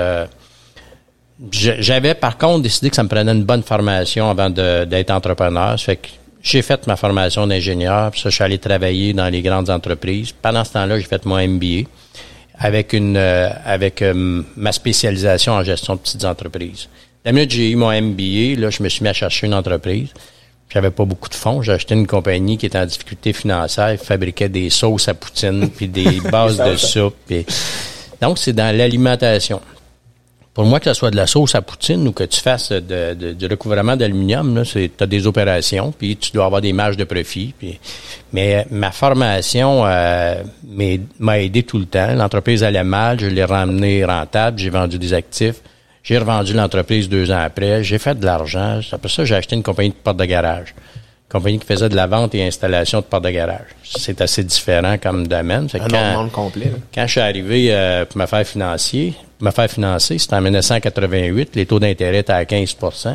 J'avais, par contre, décidé que ça me prenait une bonne formation avant d'être entrepreneur. Ça fait que j'ai fait ma formation d'ingénieur, puis ça, je suis allé travailler dans les grandes entreprises. Pendant ce temps-là, j'ai fait mon MBA avec ma spécialisation en gestion de petites entreprises. La minute que j'ai eu mon MBA, là, je me suis mis à chercher une entreprise. J'avais pas beaucoup de fonds. J'ai acheté une compagnie qui était en difficulté financière, qui fabriquait des sauces à poutine, puis des bases de soupe. Puis... Donc, c'est dans l'alimentation. Pour moi, que ce soit de la sauce à poutine ou que tu fasses du recouvrement d'aluminium, là, tu as des opérations, puis tu dois avoir des marges de profit. Mais ma formation m'a aidé tout le temps. L'entreprise allait mal, je l'ai ramenée rentable, j'ai vendu des actifs. J'ai revendu l'entreprise 2 ans après, j'ai fait de l'argent. Après ça, j'ai acheté une compagnie de portes de garage. Une compagnie qui faisait de la vente et installation de portes de garage. C'est assez différent comme domaine.
Un autre monde complet. Là.
Quand je suis arrivé pour me faire financer, c'était en 1988, les taux d'intérêt étaient à 15 %.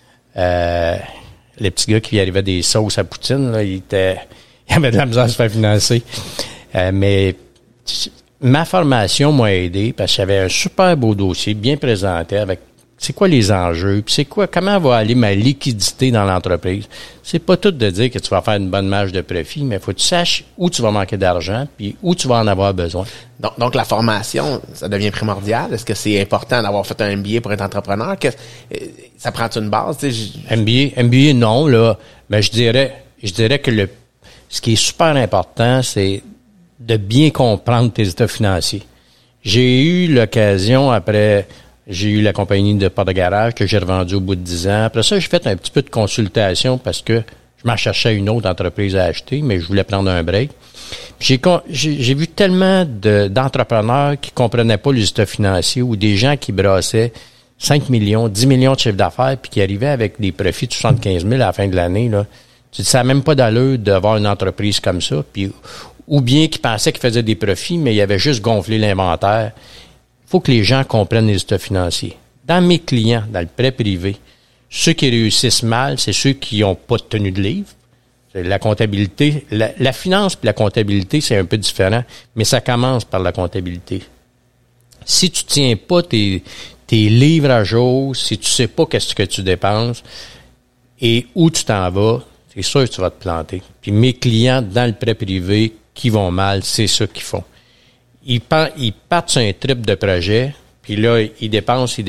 Les petits gars qui arrivaient des sauces à poutine, là, ils avaient de la misère à se faire financer. Mais ma formation m'a aidé parce que j'avais un super beau dossier bien présenté avec c'est quoi les enjeux, puis comment va aller ma liquidité dans l'entreprise. C'est pas tout de dire que tu vas faire une bonne marge de profit, mais il faut que tu saches où tu vas manquer d'argent puis où tu vas en avoir besoin.
Donc la formation, ça devient primordial. Est-ce que c'est important d'avoir fait un MBA pour être entrepreneur? Ça prend une base?
MBA, non, là. Mais je dirais que ce qui est super important, c'est de bien comprendre tes états financiers. J'ai eu l'occasion j'ai eu la compagnie de portes de garage que j'ai revendue au bout de 10 ans. Après ça, j'ai fait un petit peu de consultation parce que je m'en cherchais une autre entreprise à acheter, mais je voulais prendre un break. Puis j'ai vu tellement d'entrepreneurs qui comprenaient pas les états financiers ou des gens qui brassaient 5 millions, 10 millions de chiffre d'affaires puis qui arrivaient avec des profits de 75 000 à la fin de l'année. Là. Tu dis, ça n'a même pas d'allure d'avoir une entreprise comme ça. Puis, ou bien qui pensaient qu'ils faisaient des profits, mais ils avaient juste gonflé l'inventaire. Il faut que les gens comprennent les états financiers. Dans mes clients, dans le prêt privé, ceux qui réussissent mal, c'est ceux qui n'ont pas de tenue de livre. C'est la comptabilité, la finance et la comptabilité, c'est un peu différent, mais ça commence par la comptabilité. Si tu tiens pas tes livres à jour, si tu sais pas qu'est-ce que tu dépenses et où tu t'en vas, c'est sûr que tu vas te planter. Puis mes clients dans le prêt privé qui vont mal, c'est ça qu'ils font. Ils partent sur un trip de projet, puis là, ils dépensent.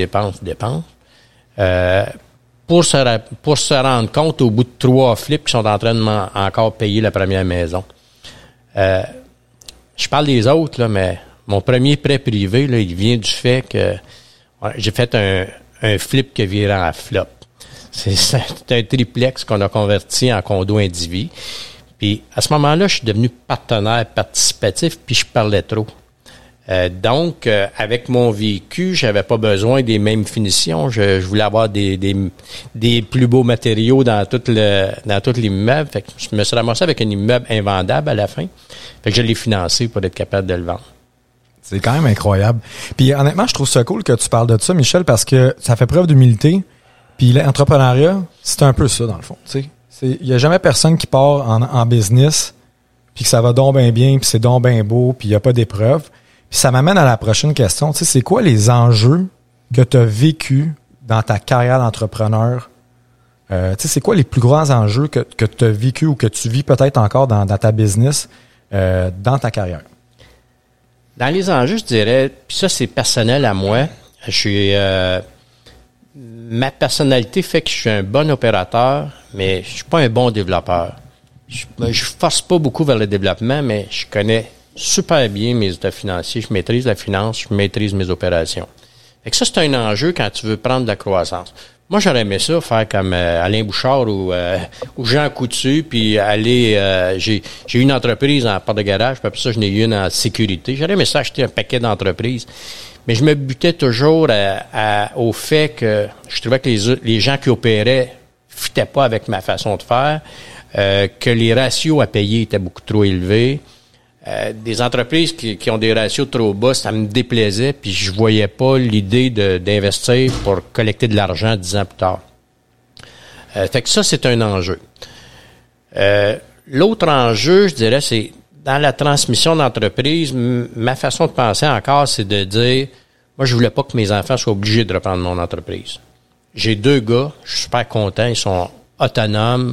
Pour se rendre compte, au bout de 3 flips, qu'ils sont en train de encore payer la première maison. Je parle des autres, là, mais mon premier prêt privé, là, il vient du fait que j'ai fait un flip qui virait en flop. C'est un triplex qu'on a converti en condo individu. Puis, à ce moment-là, je suis devenu partenaire participatif, puis je parlais trop. Donc, avec mon vécu, j'avais pas besoin des mêmes finitions. Je voulais avoir des plus beaux matériaux dans tout l'immeuble. Fait que je me suis ramassé avec un immeuble invendable à la fin. Fait que je l'ai financé pour être capable de le vendre.
C'est quand même incroyable. Puis honnêtement, je trouve ça cool que tu parles de ça, Michel, parce que ça fait preuve d'humilité. Puis l'entrepreneuriat, c'est un peu ça, dans le fond. Tu sais, il y a jamais personne qui part en business puis que ça va donc bien, puis c'est donc bien beau, puis il y a pas d'épreuves. Puis ça m'amène à la prochaine question. Tu sais, c'est quoi les enjeux que tu as vécus dans ta carrière d'entrepreneur? Tu sais, c'est quoi les plus grands enjeux que tu as vécus ou que tu vis peut-être encore dans ta business, dans ta carrière?
Dans les enjeux, je dirais, puis ça, c'est personnel à moi. Ma personnalité fait que je suis un bon opérateur, mais je suis pas un bon développeur. Je force pas beaucoup vers le développement, mais je connais super bien mes états financiers. Je maîtrise la finance, je maîtrise mes opérations. Fait que ça, c'est un enjeu quand tu veux prendre de la croissance. Moi, j'aurais aimé ça, faire comme Alain Bouchard ou Jean Coutu, puis aller... j'ai eu une entreprise en porte de garage, puis après ça, j'en ai eu une en sécurité. J'aurais aimé ça acheter un paquet d'entreprises. Mais je me butais toujours au fait que je trouvais que les gens qui opéraient fitaient pas avec ma façon de faire, que les ratios à payer étaient beaucoup trop élevés. Des entreprises qui ont des ratios trop bas, ça me déplaisait, puis je voyais pas l'idée d'investir pour collecter de l'argent 10 ans plus tard. Fait que ça, c'est un enjeu. L'autre enjeu, je dirais, c'est dans la transmission d'entreprise, ma façon de penser encore, c'est de dire, moi, je voulais pas que mes enfants soient obligés de reprendre mon entreprise. J'ai 2 gars, je suis super content, ils sont autonomes,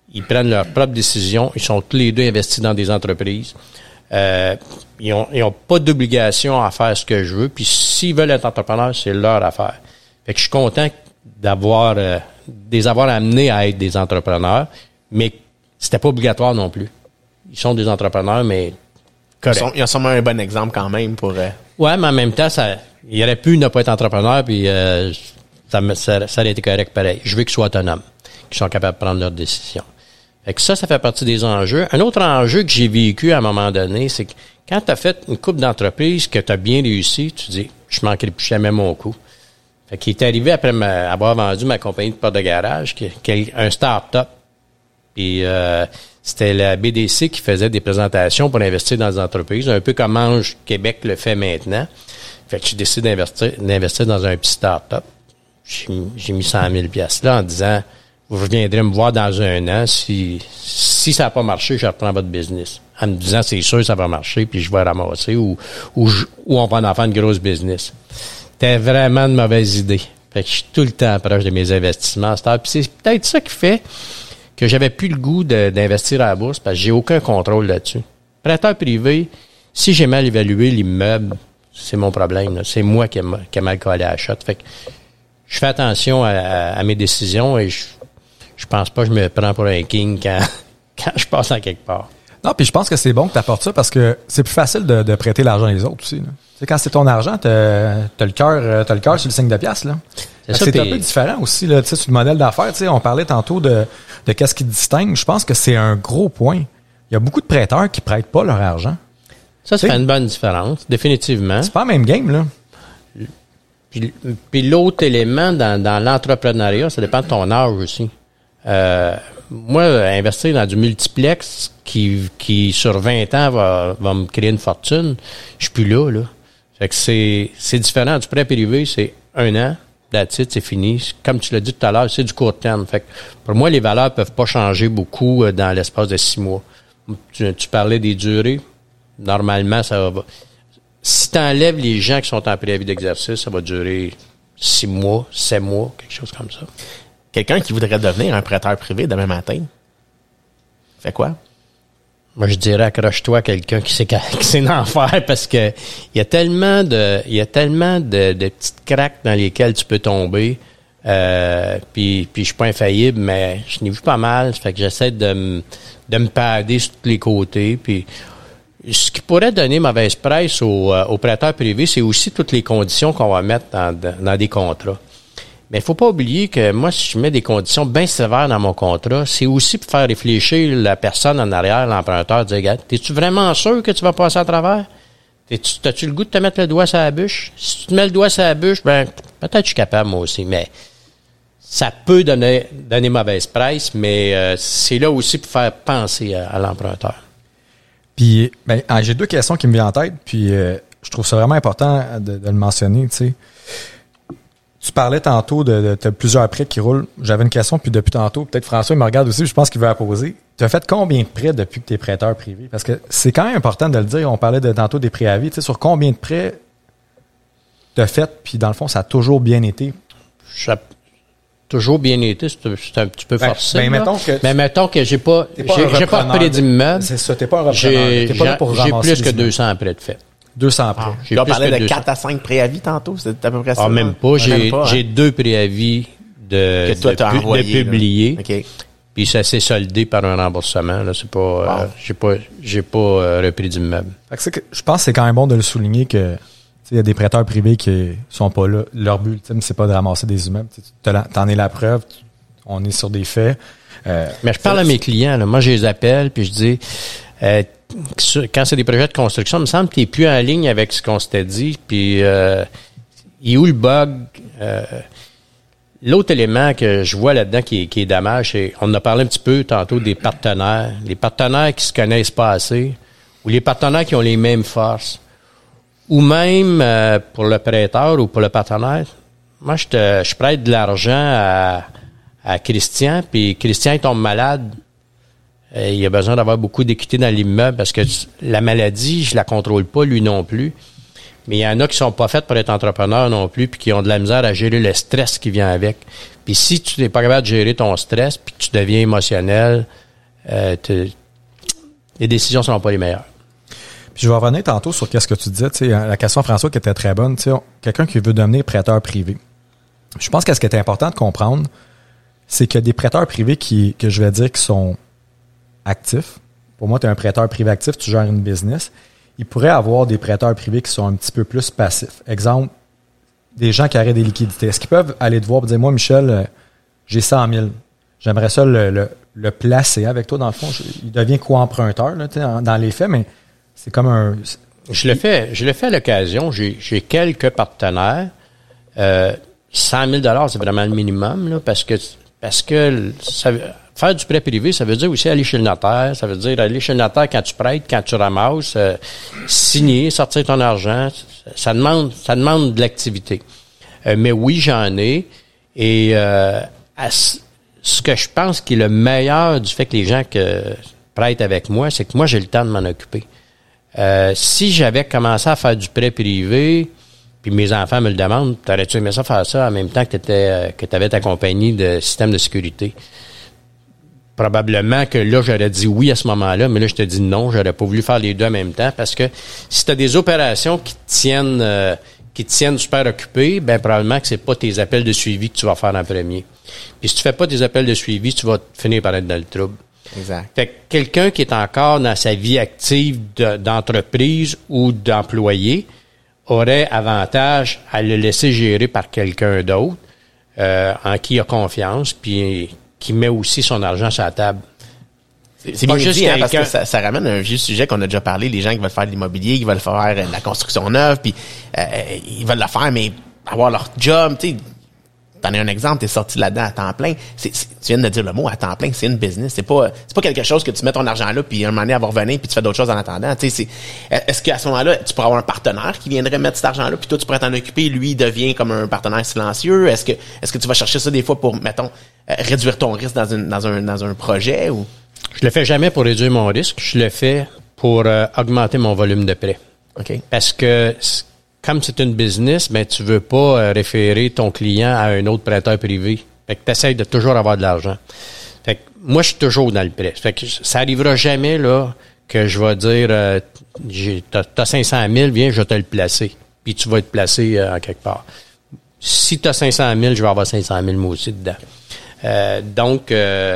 ils prennent leurs propres décisions. Ils sont tous les deux investis dans des entreprises. Ils ont pas d'obligation à faire ce que je veux. Puis s'ils veulent être entrepreneurs, c'est leur affaire. Fait que je suis content d'avoir les avoir amenés à être des entrepreneurs, mais c'était pas obligatoire non plus. Ils sont des entrepreneurs, mais correct.
Ils ont sûrement un bon exemple quand même pour...
Ouais, mais en même temps, il aurait pu ne pas être entrepreneur, puis ça aurait été correct pareil. Je veux qu'ils soient autonomes, qu'ils soient capables de prendre leurs décisions. Fait que ça fait partie des enjeux. Un autre enjeu que j'ai vécu à un moment donné, c'est que quand tu as fait une couple d'entreprises, que tu as bien réussi, tu dis, je manquerai plus jamais mon coup. Fait qu'il est arrivé après avoir vendu ma compagnie de porte de garage, qui est un start-up. Puis c'était la BDC qui faisait des présentations pour investir dans des entreprises, un peu comme Ange Québec le fait maintenant. Fait que j'ai décidé d'investir dans un petit start-up. J'ai mis 100 000 $ là en disant, vous reviendrez me voir dans un an. Si ça n'a pas marché, je reprends votre business. En me disant, c'est sûr, ça va marcher, puis je vais ramasser ou on va en faire une grosse business. C'était vraiment une mauvaise idée. Fait que je suis tout le temps proche de mes investissements. Puis c'est peut-être ça qui fait que j'avais plus le goût d'investir à la bourse parce que j'ai aucun contrôle là-dessus. Prêteur privé, si j'ai mal évalué l'immeuble, c'est mon problème. Là. C'est moi qui ai mal collé à la shot. Fait que je fais attention à mes décisions et je pense pas que je me prends pour un king quand je passe en quelque part.
Non, puis je pense que c'est bon que tu apportes ça parce que c'est plus facile de prêter l'argent des autres aussi. Là. Tu sais, quand c'est ton argent, t'as le cœur sur le signe de piastre, là. C'est un peu différent aussi, là, tu sais, sur le modèle d'affaires. Tu sais, on parlait tantôt de qu'est-ce qui te distingue. Je pense que c'est un gros point. Il y a beaucoup de prêteurs qui prêtent pas leur argent.
Ça fait une bonne différence, définitivement.
C'est pas le même game, là.
Puis l'autre élément dans l'entrepreneuriat, ça dépend de ton âge aussi. Moi, investir dans du multiplex qui sur 20 ans va me créer une fortune, je suis plus là. Fait que c'est différent. Du prêt privé, c'est 1 an, that's it, c'est fini. Comme tu l'as dit tout à l'heure, c'est du court terme. Fait que pour moi, les valeurs peuvent pas changer beaucoup dans l'espace de 6 mois. Tu parlais des durées. Normalement, ça va. Si tu enlèves les gens qui sont en préavis d'exercice, ça va durer 6 mois, 7 mois, quelque chose comme ça.
Quelqu'un qui voudrait devenir un prêteur privé demain matin, fait quoi?
Moi, je dirais accroche-toi à quelqu'un qui sait en faire parce que il y a tellement de petites craques dans lesquelles tu peux tomber. Puis je suis pas infaillible, mais je n'ai vu pas mal. Fait que j'essaie de me pader sur tous les côtés. Puis ce qui pourrait donner mauvaise presse aux prêteurs privés, c'est aussi toutes les conditions qu'on va mettre dans des contrats. Mais il faut pas oublier que moi, si je mets des conditions bien sévères dans mon contrat, c'est aussi pour faire réfléchir la personne en arrière, l'emprunteur, dire, regarde, t'es-tu vraiment sûr que tu vas passer à travers? T'as-tu le goût de te mettre le doigt sur la bûche? Si tu te mets le doigt sur la bûche, ben, peut-être je suis capable moi aussi, mais ça peut donner mauvaise presse, mais c'est là aussi pour faire penser à l'emprunteur. Puis,
ben, j'ai 2 questions qui me viennent en tête, puis je trouve ça vraiment important de le mentionner, tu sais. Tu parlais tantôt de plusieurs prêts qui roulent. J'avais une question, puis depuis tantôt, peut-être François il me regarde aussi, je pense qu'il veut la poser. Tu as fait combien de prêts depuis que tu es prêteur privé? Parce que c'est quand même important de le dire. On parlait tantôt des préavis. Tu sais, sur combien de prêts tu as fait, puis dans le fond, ça a toujours bien été? Toujours bien été, c'est un petit peu forcé. Mais mettons que j'ai pas repris d'immeuble. C'est ça, t'es pas un repreneur. T'es pas là pour ramasser.
J'ai plus que 200 prêts de fait.
200 prêts.
On parlait de 4 à 5 préavis tantôt, c'est à peu près ça.
Même pas. J'ai 2 préavis de publiés.
Okay.
Puis ça s'est soldé par un remboursement. Là, c'est pas. J'ai pas repris d'immeuble.
Je pense que c'est quand même bon de le souligner que il y a des prêteurs privés qui sont pas là. Leur but ultime, c'est pas de ramasser des immeubles. T'en es la preuve. On est sur des faits.
Mais je parle à mes clients. Là. Moi, je les appelle puis je dis. Quand c'est des projets de construction, il me semble que tu n'es plus en ligne avec ce qu'on s'était dit. Puis, il est où le bug? L'autre élément que je vois là-dedans qui est dommage, c'est, on en a parlé un petit peu tantôt des partenaires. Les partenaires qui se connaissent pas assez, ou les partenaires qui ont les mêmes forces, ou même pour le prêteur ou pour le partenaire. Moi, je prête de l'argent à Christian, puis Christian il tombe malade. Il a besoin d'avoir beaucoup d'équité dans l'immeuble parce que la maladie, je la contrôle pas, lui non plus. Mais il y en a qui sont pas faits pour être entrepreneurs non plus, puis qui ont de la misère à gérer le stress qui vient avec. Puis si tu n'es pas capable de gérer ton stress, puis que tu deviens émotionnel, les décisions ne seront pas les meilleures.
Puis je vais revenir tantôt sur qu'est-ce que tu disais, tu sais, la question François qui était très bonne, tu sais, quelqu'un qui veut devenir prêteur privé. Je pense que ce qui est important de comprendre, c'est qu'il y a des prêteurs privés que je vais dire qui sont actifs. Pour moi, tu es un prêteur privé actif, tu gères une business. Il pourrait avoir des prêteurs privés qui sont un petit peu plus passifs. Exemple, des gens qui auraient des liquidités. Est-ce qu'ils peuvent aller te voir et dire, moi, Michel, j'ai 100 000. J'aimerais ça le placer avec toi, dans le fond. Il devient co-emprunteur, là, dans les faits, mais c'est comme un...
Je le fais à l'occasion. J'ai quelques partenaires. 100 000 c'est vraiment le minimum, là, parce que faire du prêt privé, ça veut dire aussi aller chez le notaire. Ça veut dire aller chez le notaire quand tu prêtes, quand tu ramasses, signer, sortir ton argent. Ça demande de l'activité. Mais oui, j'en ai. Et ce que je pense qui est le meilleur du fait que les gens prêtent avec moi, c'est que moi, j'ai le temps de m'en occuper. Si j'avais commencé à faire du prêt privé, puis mes enfants me le demandent, t'aurais-tu aimé ça faire ça en même temps que t'avais ta compagnie de système de sécurité? Probablement que là, j'aurais dit oui à ce moment-là, mais là, je te dis non, j'aurais pas voulu faire les deux en même temps parce que si tu as des opérations qui te tiennent super occupé, ben probablement que c'est pas tes appels de suivi que tu vas faire en premier. Puis si tu fais pas tes appels de suivi, tu vas finir par être dans le trouble.
Exact.
Fait que quelqu'un qui est encore dans sa vie active d'entreprise ou d'employé aurait avantage à le laisser gérer par quelqu'un d'autre en qui il a confiance, puis qui met aussi son argent sur la table.
C'est bien dit, hein, parce que ça ramène un vieux sujet qu'on a déjà parlé, les gens qui veulent faire de l'immobilier, qui veulent faire de la construction neuve, puis ils veulent la faire, mais avoir leur job, tu sais. T'en as un exemple, t'es sorti là-dedans à temps plein. Tu viens de dire le mot à temps plein, c'est une business. C'est pas quelque chose que tu mets ton argent là, puis un moment donné, elle va revenir, puis tu fais d'autres choses en attendant. Tu sais, est-ce qu'à ce moment-là, tu pourrais avoir un partenaire qui viendrait mettre cet argent-là, puis toi, tu pourrais t'en occuper, lui, il devient comme un partenaire silencieux? Est-ce que tu vas chercher ça des fois pour, mettons, réduire ton risque dans un projet ou?
Je le fais jamais pour réduire mon risque. Je le fais pour augmenter mon volume de prêt.
OK.
Parce que comme c'est une business, ben tu veux pas référer ton client à un autre prêteur privé. Fait que tu essaies de toujours avoir de l'argent. Fait que moi, je suis toujours dans le prêt. Fait que ça arrivera jamais là que je vais dire t'as 500 000, viens, je vais te le placer. Puis tu vas être placé en quelque part. Si tu as 500 000, je vais avoir 500 000 moi aussi dedans. Donc,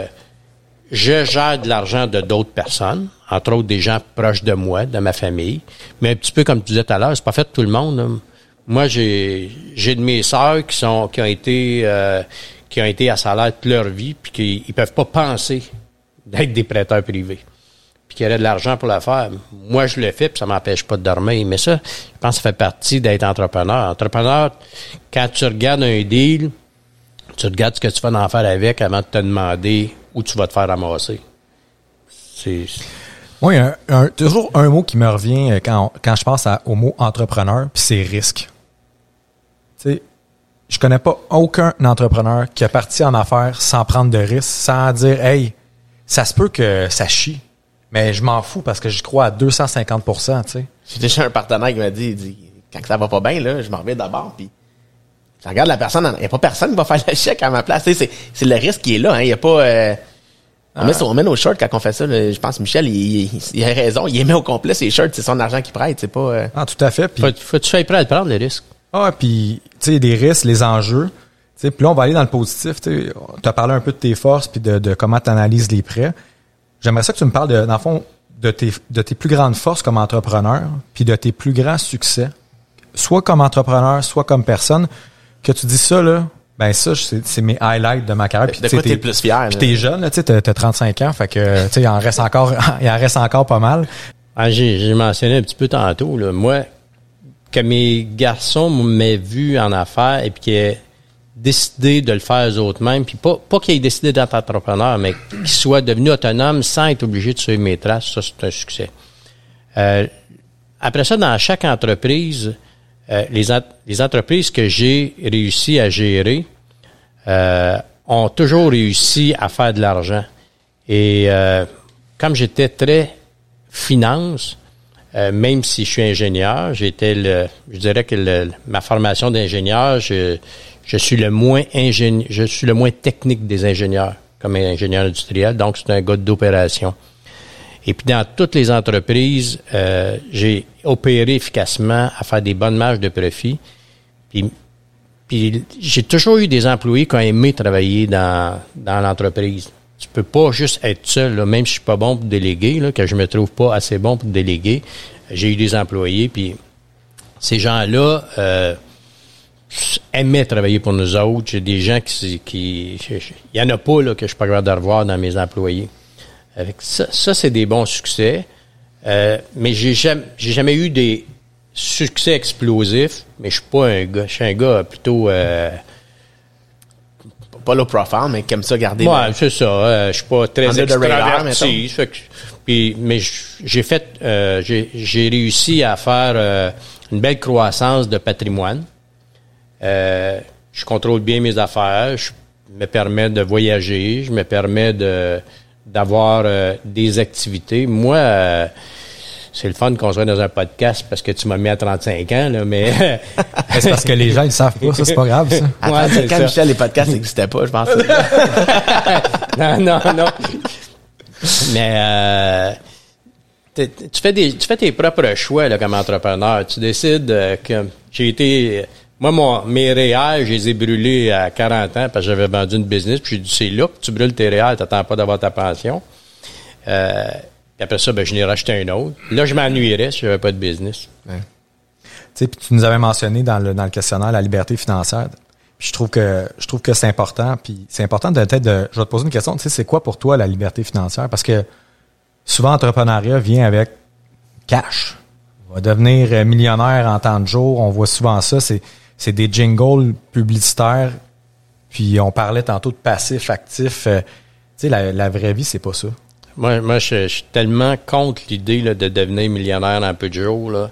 je gère de l'argent de d'autres personnes, entre autres des gens proches de moi, de ma famille. Mais un petit peu comme tu disais tout à l'heure, c'est pas fait de tout le monde, là. Moi, j'ai de mes sœurs qui ont été à salaire toute leur vie, puis qui peuvent pas penser d'être des prêteurs privés, puis qui auraient de l'argent pour le faire. Moi, je le fais, puis ça m'empêche pas de dormir. Mais ça, je pense que ça fait partie d'être entrepreneur. Entrepreneur, quand tu regardes un deal, tu regardes ce que tu vas en faire avec avant de te demander où tu vas te faire ramasser.
Moi, il y a toujours un mot qui me revient quand je pense au mot entrepreneur, puis c'est risque. Tu sais, je connais pas aucun entrepreneur qui est parti en affaires sans prendre de risques, sans dire « Hey, ça se peut que ça chie, mais je m'en fous parce que j'y crois à 250%, tu sais. »
J'ai déjà un partenaire qui m'a dit quand ça va pas bien, là, je m'en reviens d'abord, puis je regarde la personne, il n'y a pas personne qui va faire le chèque à ma place. C'est le risque qui est là. Hein. Il n'y a pas... On met nos shorts quand on fait ça. Là, je pense que Michel, il a raison. Il met au complet ses shorts. C'est son argent qu'il prête. C'est pas...
Ah, tout à fait. Puis,
faut que tu sois prêt à prendre les risques.
Ah, puis, tu sais, des risques, les enjeux. Tu sais, puis là, on va aller dans le positif. Tu as parlé un peu de tes forces puis de comment tu analyses les prêts. J'aimerais ça que tu me parles, dans le fond, de tes plus grandes forces comme entrepreneur puis de tes plus grands succès, soit comme entrepreneur, soit comme personne. Que tu dis ça, là, ben ça, c'est mes highlights de ma carrière. Puis,
de quoi t'es le plus fier?
Puis t'es jeune, là, tu sais, t'as 35 ans, fait que, tu sais, il en reste encore pas mal.
Ah, j'ai mentionné un petit peu tantôt, là, moi, que mes garçons m'aient vu en affaires et puis qu'ils aient décidé de le faire eux autres mêmes, puis pas qu'ils aient décidé d'être entrepreneur, mais qu'ils soient devenus autonomes sans être obligés de suivre mes traces, ça, c'est un succès. Après ça, dans chaque entreprise, les entreprises que j'ai réussi à gérer ont toujours réussi à faire de l'argent. Et comme j'étais très finance, même si je suis ingénieur, je dirais que ma formation d'ingénieur, je suis le moins technique des ingénieurs, comme ingénieur industriel, donc c'est un gars d'opération. Et puis dans toutes les entreprises, j'ai opéré efficacement à faire des bonnes marges de profit. Puis j'ai toujours eu des employés qui ont aimé travailler dans l'entreprise. Tu peux pas juste être seul, là, même si je suis pas bon pour déléguer, là, que je me trouve pas assez bon pour déléguer. J'ai eu des employés, puis ces gens-là aimaient travailler pour nous autres. J'ai des gens il y en a pas là que je suis pas capable de revoir dans mes employés. Avec ça c'est des bons succès. Mais j'ai jamais eu des succès explosifs, mais je suis un gars plutôt
Pas low profile, mais qui aime ça garder.
Ouais, c'est ça. Je suis pas très
Under the radar,
extraverti. Mais j'ai réussi à faire une belle croissance de patrimoine. Je contrôle bien mes affaires. Je me permets de voyager. Je me permets d'avoir des activités. Moi, c'est le fun qu'on soit dans un podcast parce que tu m'as mis à 35 ans, là, mais...
C'est parce que les gens, ils savent pas, ça, c'est pas grave, ça.
À 35 ans, Michel, les podcasts n'existaient pas, je pense.
Non. Mais tu fais tes propres choix là, comme entrepreneur. Tu décides que j'ai été... Moi, mes REER, je les ai brûlés à 40 ans parce que j'avais vendu une business. Puis j'ai dit, c'est là que tu brûles tes REER, t'attends pas d'avoir ta pension. Puis après ça, je n'ai racheté un autre. Là, je m'ennuierais si j'avais pas de business.
Ouais. Tu sais, puis tu nous avais mentionné dans le questionnaire la liberté financière. Puis je trouve que c'est important. Puis c'est important je vais te poser une question. Tu sais, c'est quoi pour toi la liberté financière? Parce que souvent, l'entrepreneuriat vient avec cash. On va devenir millionnaire en temps de jour. On voit souvent ça. C'est des jingles publicitaires. Puis on parlait tantôt de passif, actif. Tu sais, la vraie vie, c'est pas ça.
Moi, je suis tellement contre l'idée là, de devenir millionnaire dans un peu de jours. Là.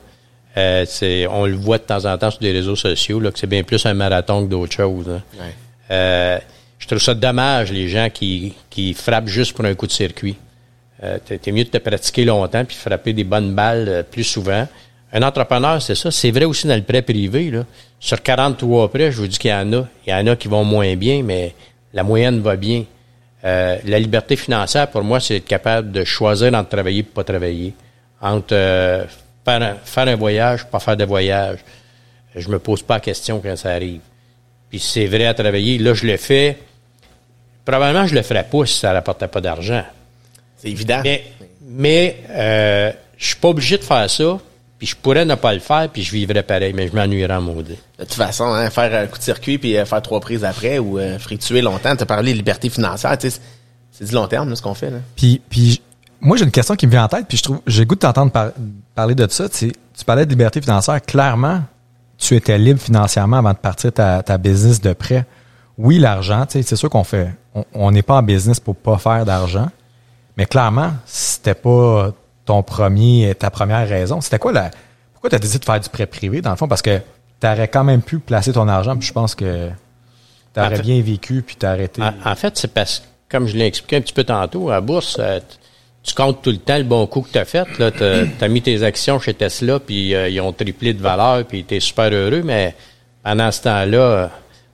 On le voit de temps en temps sur des réseaux sociaux, là, que c'est bien plus un marathon que d'autres choses. Hein. Ouais. Je trouve ça dommage, les gens qui frappent juste pour un coup de circuit. T'es mieux de te pratiquer longtemps puis frapper des bonnes balles plus souvent. Un entrepreneur, c'est ça. C'est vrai aussi dans le prêt privé. Là. Sur 43 prêts, je vous dis qu'il y en a. Il y en a qui vont moins bien, mais la moyenne va bien. La liberté financière, pour moi, c'est être capable de choisir entre travailler et pas travailler. Entre faire un voyage, pas faire de voyage. Je me pose pas la question quand ça arrive. Puis c'est vrai à travailler. Là, je le fais. Probablement, je le ferais pas si ça rapportait pas d'argent.
C'est évident.
Mais je suis pas obligé de faire ça. Puis je pourrais ne pas le faire, puis je vivrais pareil, mais je m'ennuierais en maudit.
De toute façon, hein, faire un coup de circuit puis faire 3 prises après ou frictuer longtemps, t'as parlé de liberté financière, tu sais, c'est du long terme, là, ce qu'on fait. Là.
Puis moi, j'ai une question qui me vient en tête, puis j'ai le goût de t'entendre parler de ça. Tu parlais de liberté financière. Clairement, tu étais libre financièrement avant de partir ta business de prêt. Oui, l'argent, tu sais, c'est sûr on n'est pas en business pour pas faire d'argent, mais clairement, c'était pas ta première raison. C'était quoi pourquoi tu as décidé de faire du prêt privé, dans le fond? Parce que tu aurais quand même pu placer ton argent, puis je pense que tu aurais bien vécu, puis tu as arrêté.
En fait, c'est parce que, comme je l'ai expliqué un petit peu tantôt, à la bourse, tu comptes tout le temps le bon coup que tu as fait. Tu as mis tes actions chez Tesla, puis ils ont triplé de valeur, puis tu es super heureux, mais pendant ce temps-là,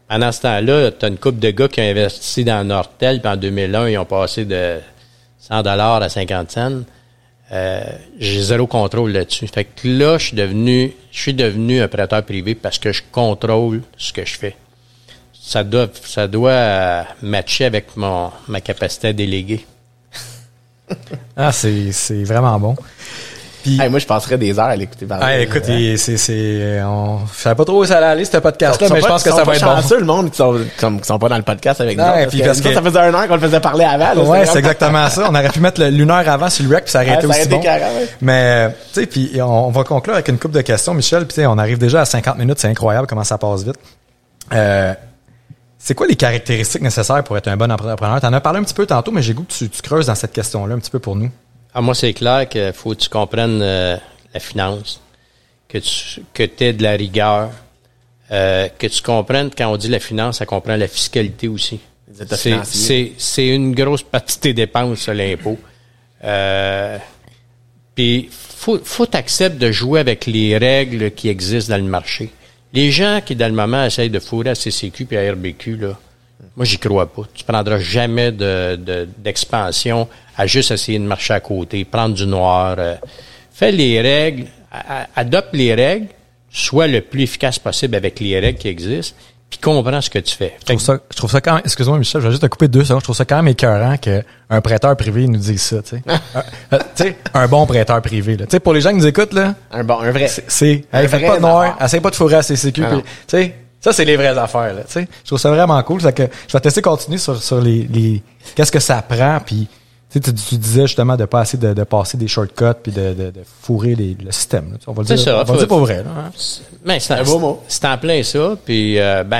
tu as une couple de gars qui ont investi dans Nortel, puis en 2001, ils ont passé de $100 à 50 cents. J'ai zéro contrôle là-dessus. Fait que là, je suis devenu un prêteur privé parce que je contrôle ce que je fais. Ça doit matcher avec ma capacité à déléguer.
Ah, c'est vraiment bon. Puis,
moi, je passerais des heures à l'écouter parler.
Écoute, je savais pas trop où ça allait aller, ce podcast-là, mais je pense que ça va être bon.
Chanceux, le monde qui sont pas dans le podcast avec nous.
Puis parce que
ça faisait 1 heure qu'on le faisait parler avant. Là,
ouais, c'est exactement ça. On aurait pu mettre l'1 heure avant sur le rec, puis ça aurait été aussi bon. Mais, tu sais, puis on va conclure avec une couple de questions, Michel. Puis, tu sais, on arrive déjà à 50 minutes. C'est incroyable comment ça passe vite. C'est quoi les caractéristiques nécessaires pour être un bon entrepreneur? T'en as parlé un petit peu tantôt, mais j'ai goût que tu creuses dans cette question-là un petit peu pour nous.
Moi, c'est clair qu'il faut que tu comprennes la finance, que tu aies de la rigueur, que tu comprennes, quand on dit la finance, ça comprend la fiscalité aussi. C'est une grosse partie de tes dépenses, l'impôt. Puis, faut t'accepter de jouer avec les règles qui existent dans le marché. Les gens qui, dans le moment, essayent de fourrer à CCQ puis à RBQ, là, moi, j'y crois pas. Tu prendras jamais d'expansion à juste essayer de marcher à côté, prendre du noir. Fais les règles, adopte les règles, sois le plus efficace possible avec les règles qui existent, puis comprends ce que tu fais.
Je trouve ça quand même, excuse-moi Michel, je vais juste te couper 2 secondes. Je trouve ça quand même écœurant qu'un prêteur privé nous dise ça, tu sais. Tu sais, un bon prêteur privé, là. Tu sais, pour les gens qui nous écoutent, là.
Un vrai.
Faites pas de noir, essayez pas de fourrer à CCQ, tu sais. Ça, c'est les vraies affaires, là, tu sais. Je trouve ça vraiment cool. C'est que je vais tester continuer sur les qu'est-ce que ça prend, puis tu disais justement de pas essayer de passer des shortcuts puis de fourrer le système. Là. On va le dire,
ça,
on va dire pour vrai. Là, hein.
Ben, c'est un beau mot. C'est en plein ça. Puis,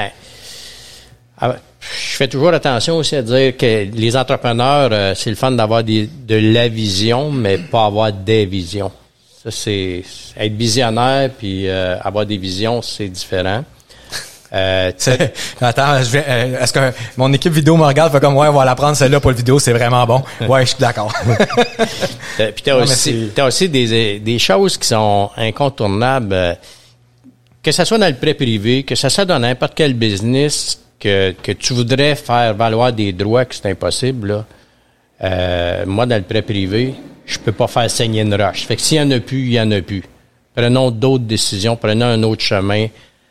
je fais toujours attention aussi à dire que les entrepreneurs, c'est le fun d'avoir de la vision, mais pas avoir des visions. Ça, c'est être visionnaire puis avoir des visions, c'est différent.
Attends, est-ce que mon équipe vidéo me regarde, fait comme ouais, on va la prendre celle-là pour le vidéo, c'est vraiment bon. Ouais, je suis d'accord.
Puis t'as aussi des choses qui sont incontournables, que ça soit dans le prêt privé, que ça soit dans n'importe quel business que tu voudrais faire valoir des droits que c'est impossible là. Moi, dans le prêt privé, je peux pas faire saigner une roche. Fait que s'il y en a plus, il y en a plus. Prenons d'autres décisions, prenons un autre chemin.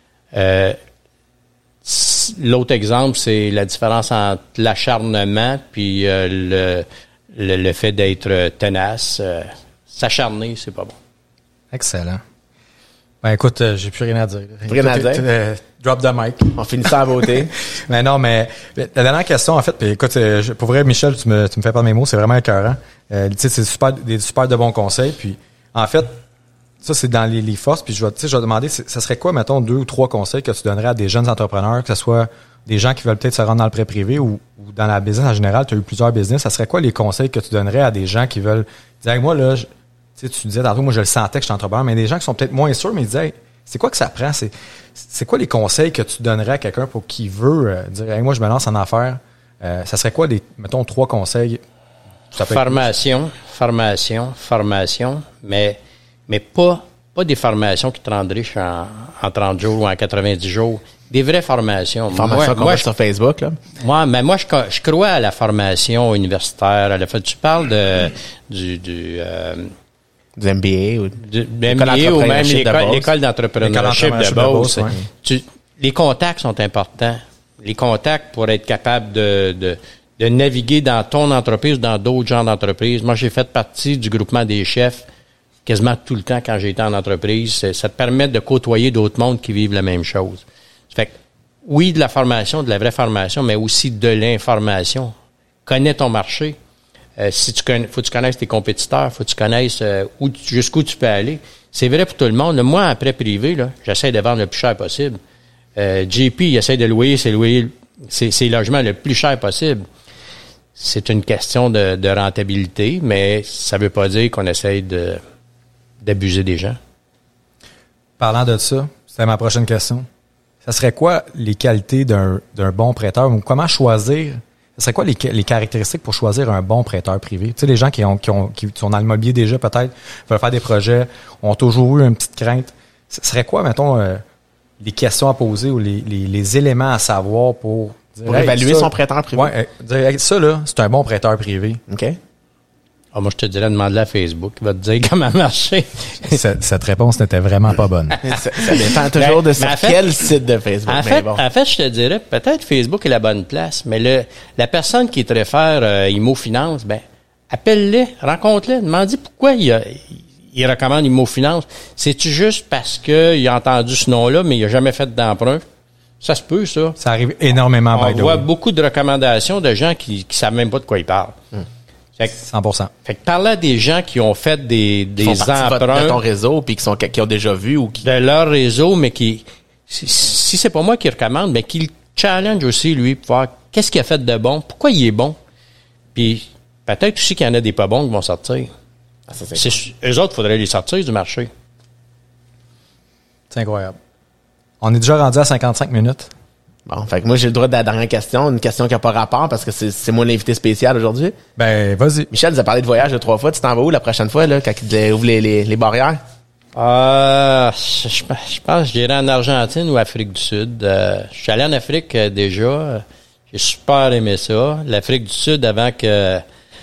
L'autre exemple, c'est la différence entre l'acharnement puis le fait d'être tenace. S'acharner, c'est pas bon.
Excellent. Ben écoute, j'ai plus rien à dire.
Rien à dire.
Drop the mic.
On finit ça en beauté.
Mais non, mais la dernière question, en fait, puis écoute, pour vrai, Michel, tu me fais pas mes mots, c'est vraiment écœurant. Tu sais, c'est des super de bons conseils. Puis en fait, ça, c'est dans les forces. Puis je vais demander, ça serait quoi, mettons, 2 ou 3 conseils que tu donnerais à des jeunes entrepreneurs, que ce soit des gens qui veulent peut-être se rendre dans le prêt privé ou dans la business en général, tu as eu plusieurs business. Ça serait quoi les conseils que tu donnerais à des gens qui veulent dire, hey, moi, là, tu disais tantôt, moi, je le sentais que je suis entrepreneur, mais des gens qui sont peut-être moins sûrs, mais ils disaient, hey, c'est quoi que ça prend? C'est quoi les conseils que tu donnerais à quelqu'un pour qui veut dire, hey, moi, je me lance en affaires? Ça serait quoi mettons, 3 conseils?
Formation, mais pas des formations qui te rendent riche en 30 jours ou en 90 jours. Des vraies formations.
Moi, sur Facebook, là.
Mais moi, je crois à la formation universitaire. Tu parles du
MBA ou
du MBA ou même l'école d'entrepreneurship de Beauce. Ouais. Les contacts sont importants. Les contacts pour être capable de naviguer dans ton entreprise, dans d'autres genres d'entreprises. Moi, j'ai fait partie du groupement des chefs quasiment tout le temps quand j'ai été en entreprise. Ça te permet de côtoyer d'autres mondes qui vivent la même chose. Fait que, oui, de la formation, de la vraie formation, mais aussi de l'information. Connais ton marché. Faut que tu connaisses tes compétiteurs, faut que tu connaisses jusqu'où tu peux aller. C'est vrai pour tout le monde. Moi, en prêt privé, là, j'essaie de vendre le plus cher possible. JP, il essaie de louer ses logements le plus cher possible. C'est une question de rentabilité, mais ça veut pas dire qu'on essaie d'abuser des gens.
Parlant de ça, c'était ma prochaine question. Ça serait quoi les qualités d'un bon prêteur ou comment choisir? Ça serait quoi les caractéristiques pour choisir un bon prêteur privé? Tu sais, les gens qui sont dans le mobilier déjà, peut-être, veulent faire des projets, ont toujours eu une petite crainte. Ça serait quoi, mettons, les questions à poser ou les éléments à savoir pour dire,
pour évaluer son prêteur privé?
Ouais, dire, ça, là, c'est un bon prêteur privé.
OK.
Moi, je te dirais, demande-le à Facebook. Il va te dire comment marcher.
Cette réponse n'était vraiment pas bonne.
ça dépend toujours de quel site de Facebook.
En fait, je te dirais, peut-être Facebook est la bonne place, mais la personne qui te réfère Imo Finance, appelle-les, rencontre-les, demande-lui pourquoi il recommande Imo Finance. C'est-tu juste parce qu'il a entendu ce nom-là, mais il n'a jamais fait d'emprunt? Ça se peut, ça.
Ça arrive énormément.
On voit beaucoup de recommandations de gens qui savent même pas de quoi ils parlent.
100%.
Fait que parler à des gens qui ont fait des emprunts
de ton réseau puis qui ont déjà vu ou qui
de leur réseau, mais qui si c'est pas moi qui recommande, mais qui le challenge aussi lui pour voir qu'est-ce qu'il a fait de bon, pourquoi il est bon, puis peut-être aussi qu'il y en a des pas bons qui vont sortir. Eux autres, faudrait les sortir du marché.
C'est incroyable. On est déjà rendu à 55 minutes.
Bon, fait que moi, j'ai le droit de la dernière question, une question qui n'a pas rapport parce que c'est moi l'invité spécial aujourd'hui.
Ben, vas-y.
Michel nous a parlé de voyage 3 fois. Tu t'en vas où la prochaine fois, là, quand il ouvre les barrières?
Je pense que j'irai en Argentine ou Afrique du Sud. Je suis allé en Afrique déjà. J'ai super aimé ça. L'Afrique du Sud, avant que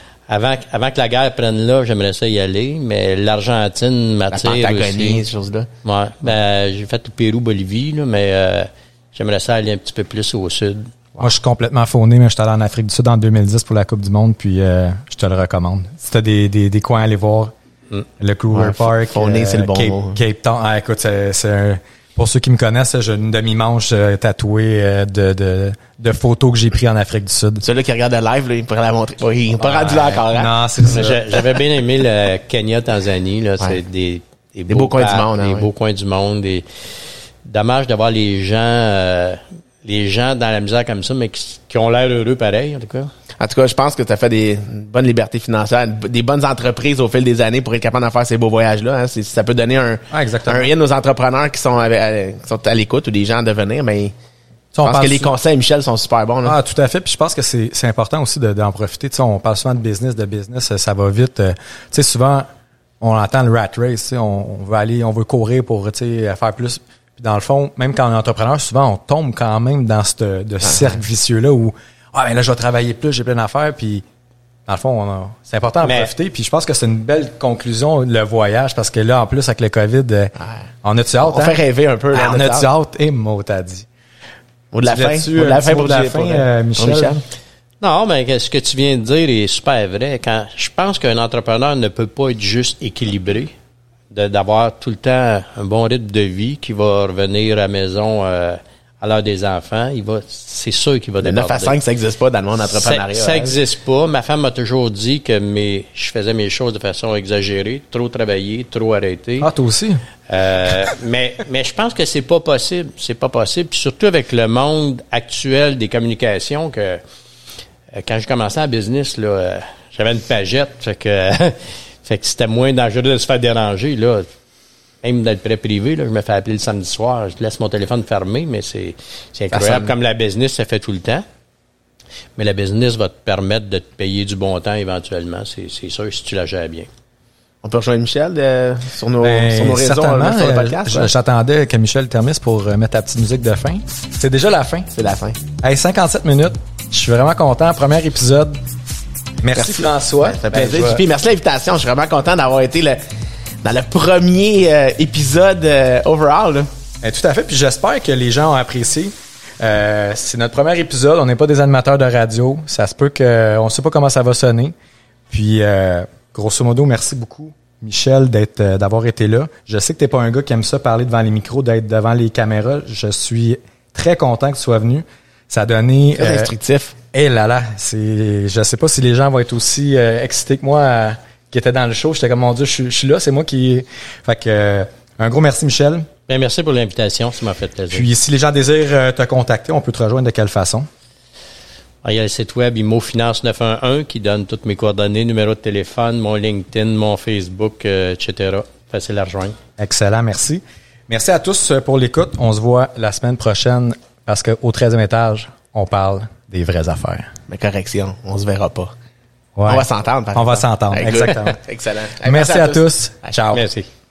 la guerre prenne là, j'aimerais ça y aller. Mais l'Argentine m'attire aussi. La
Patagonie, ces choses-là.
Ouais. Ben, j'ai fait le Pérou, Bolivie, là, mais j'aimerais ça aller un petit peu plus au sud.
Moi, je suis complètement fauné, mais je suis allé en Afrique du Sud en 2010 pour la Coupe du Monde, puis je te le recommande. Si t'as des coins à aller voir, le Kruger Park,
fauné, c'est le bon mot.
Cape Town. Ah, écoute, pour ceux qui me connaissent, j'ai une demi-manche tatouée de photos que j'ai prises en Afrique du Sud.
Celui qui regarde le live, là, il pourrait la montrer. Il n'est pas rendu là encore. Hein?
Non, c'est ça.
J'avais bien aimé le Kenya, Tanzanie. Là, c'est des
beaux coins du monde.
Des beaux coins du monde. Dommage d'avoir les gens dans la misère comme ça, mais qui ont l'air heureux pareil, en tout cas.
En tout cas, je pense que tu as fait des bonnes libertés financières, des bonnes entreprises au fil des années pour être capable de faire ces beaux voyages-là. Hein. Ça peut donner un in aux entrepreneurs qui sont à l'écoute ou des gens à devenir, mais je pense que les conseils, Michel, sont super bons. Là.
Ah, tout à fait. Puis je pense que c'est important aussi d'en profiter. Tu sais, on parle souvent de business, ça va vite. Tu sais, souvent, on entend le rat race. Tu sais, on veut courir pour, tu sais, faire plus. Puis dans le fond, même quand on est entrepreneur, souvent, on tombe quand même dans ce cercle vicieux-là où ben là, je vais travailler plus, j'ai plein d'affaires, puis dans le fond, c'est important d'en profiter. Puis je pense que c'est une belle conclusion, le voyage, parce que là, en plus, avec le COVID, on a-tu hâte?
On fait rêver un peu. Là,
on a-tu hâte? Et mot t'as dit.
Mot de la fin. Mot de la fin pour Michel.
Non, mais ce que tu viens de dire est super vrai. Je pense qu'un entrepreneur ne peut pas être juste équilibré, d'avoir tout le temps un bon rythme de vie qui va revenir à la maison à l'heure des enfants. C'est sûr qu'il va déborder.
9 à 5, ça n'existe pas dans le monde entrepreneurial.
Ça n'existe pas. Ma femme m'a toujours dit que je faisais mes choses de façon exagérée, trop travailler, trop arrêter.
Ah, toi aussi?
Mais je pense que c'est pas possible. C'est pas possible. Puis surtout avec le monde actuel des communications que quand j'ai commencé en business, là, j'avais une pagette. Fait que c'était moins dangereux de se faire déranger, là. Même dans le prêt privé, là, je me fais appeler le samedi soir. Je laisse mon téléphone fermé, mais c'est incroyable. Comme la business, ça fait tout le temps. Mais la business va te permettre de te payer du bon temps éventuellement. C'est sûr si tu la gères bien.
On peut rejoindre Michel sur nos réseaux, sur le podcast.
J'attendais que Michel termine pour mettre ta petite musique de fin. C'est déjà la fin.
C'est la fin.
Hey, 57 minutes. Je suis vraiment content. Premier épisode. Merci François.
Ça fait plaisir. JP, merci de l'invitation. Je suis vraiment content d'avoir été dans le premier épisode overall.
Tout à fait. Puis j'espère que les gens ont apprécié. C'est notre premier épisode. On n'est pas des animateurs de radio. Ça se peut qu'on ne sait pas comment ça va sonner. Puis, grosso modo, merci beaucoup, Michel, d'avoir été là. Je sais que tu n'es pas un gars qui aime ça parler devant les micros, d'être devant les caméras. Je suis très content que tu sois venu. Ça a donné...
Très instructif.
Je sais pas si les gens vont être aussi excités que moi qui étaient dans le show. J'étais comme, mon Dieu, je suis là, c'est moi qui... Fait que, un gros merci, Michel.
Bien, merci pour l'invitation, ça m'a fait plaisir.
Puis, si les gens désirent te contacter, on peut te rejoindre de quelle façon?
Il y a le site web IMO Finance 911 qui donne toutes mes coordonnées, numéro de téléphone, mon LinkedIn, mon Facebook, etc. Facile à rejoindre.
Excellent, merci. Merci à tous pour l'écoute. On se voit la semaine prochaine parce qu'au 13e étage, on parle des vraies affaires.
Mais correction, on se verra pas.
Ouais.
On va s'entendre.
On va s'entendre, exactement.
Excellent.
Merci à tous. Ciao.
Merci.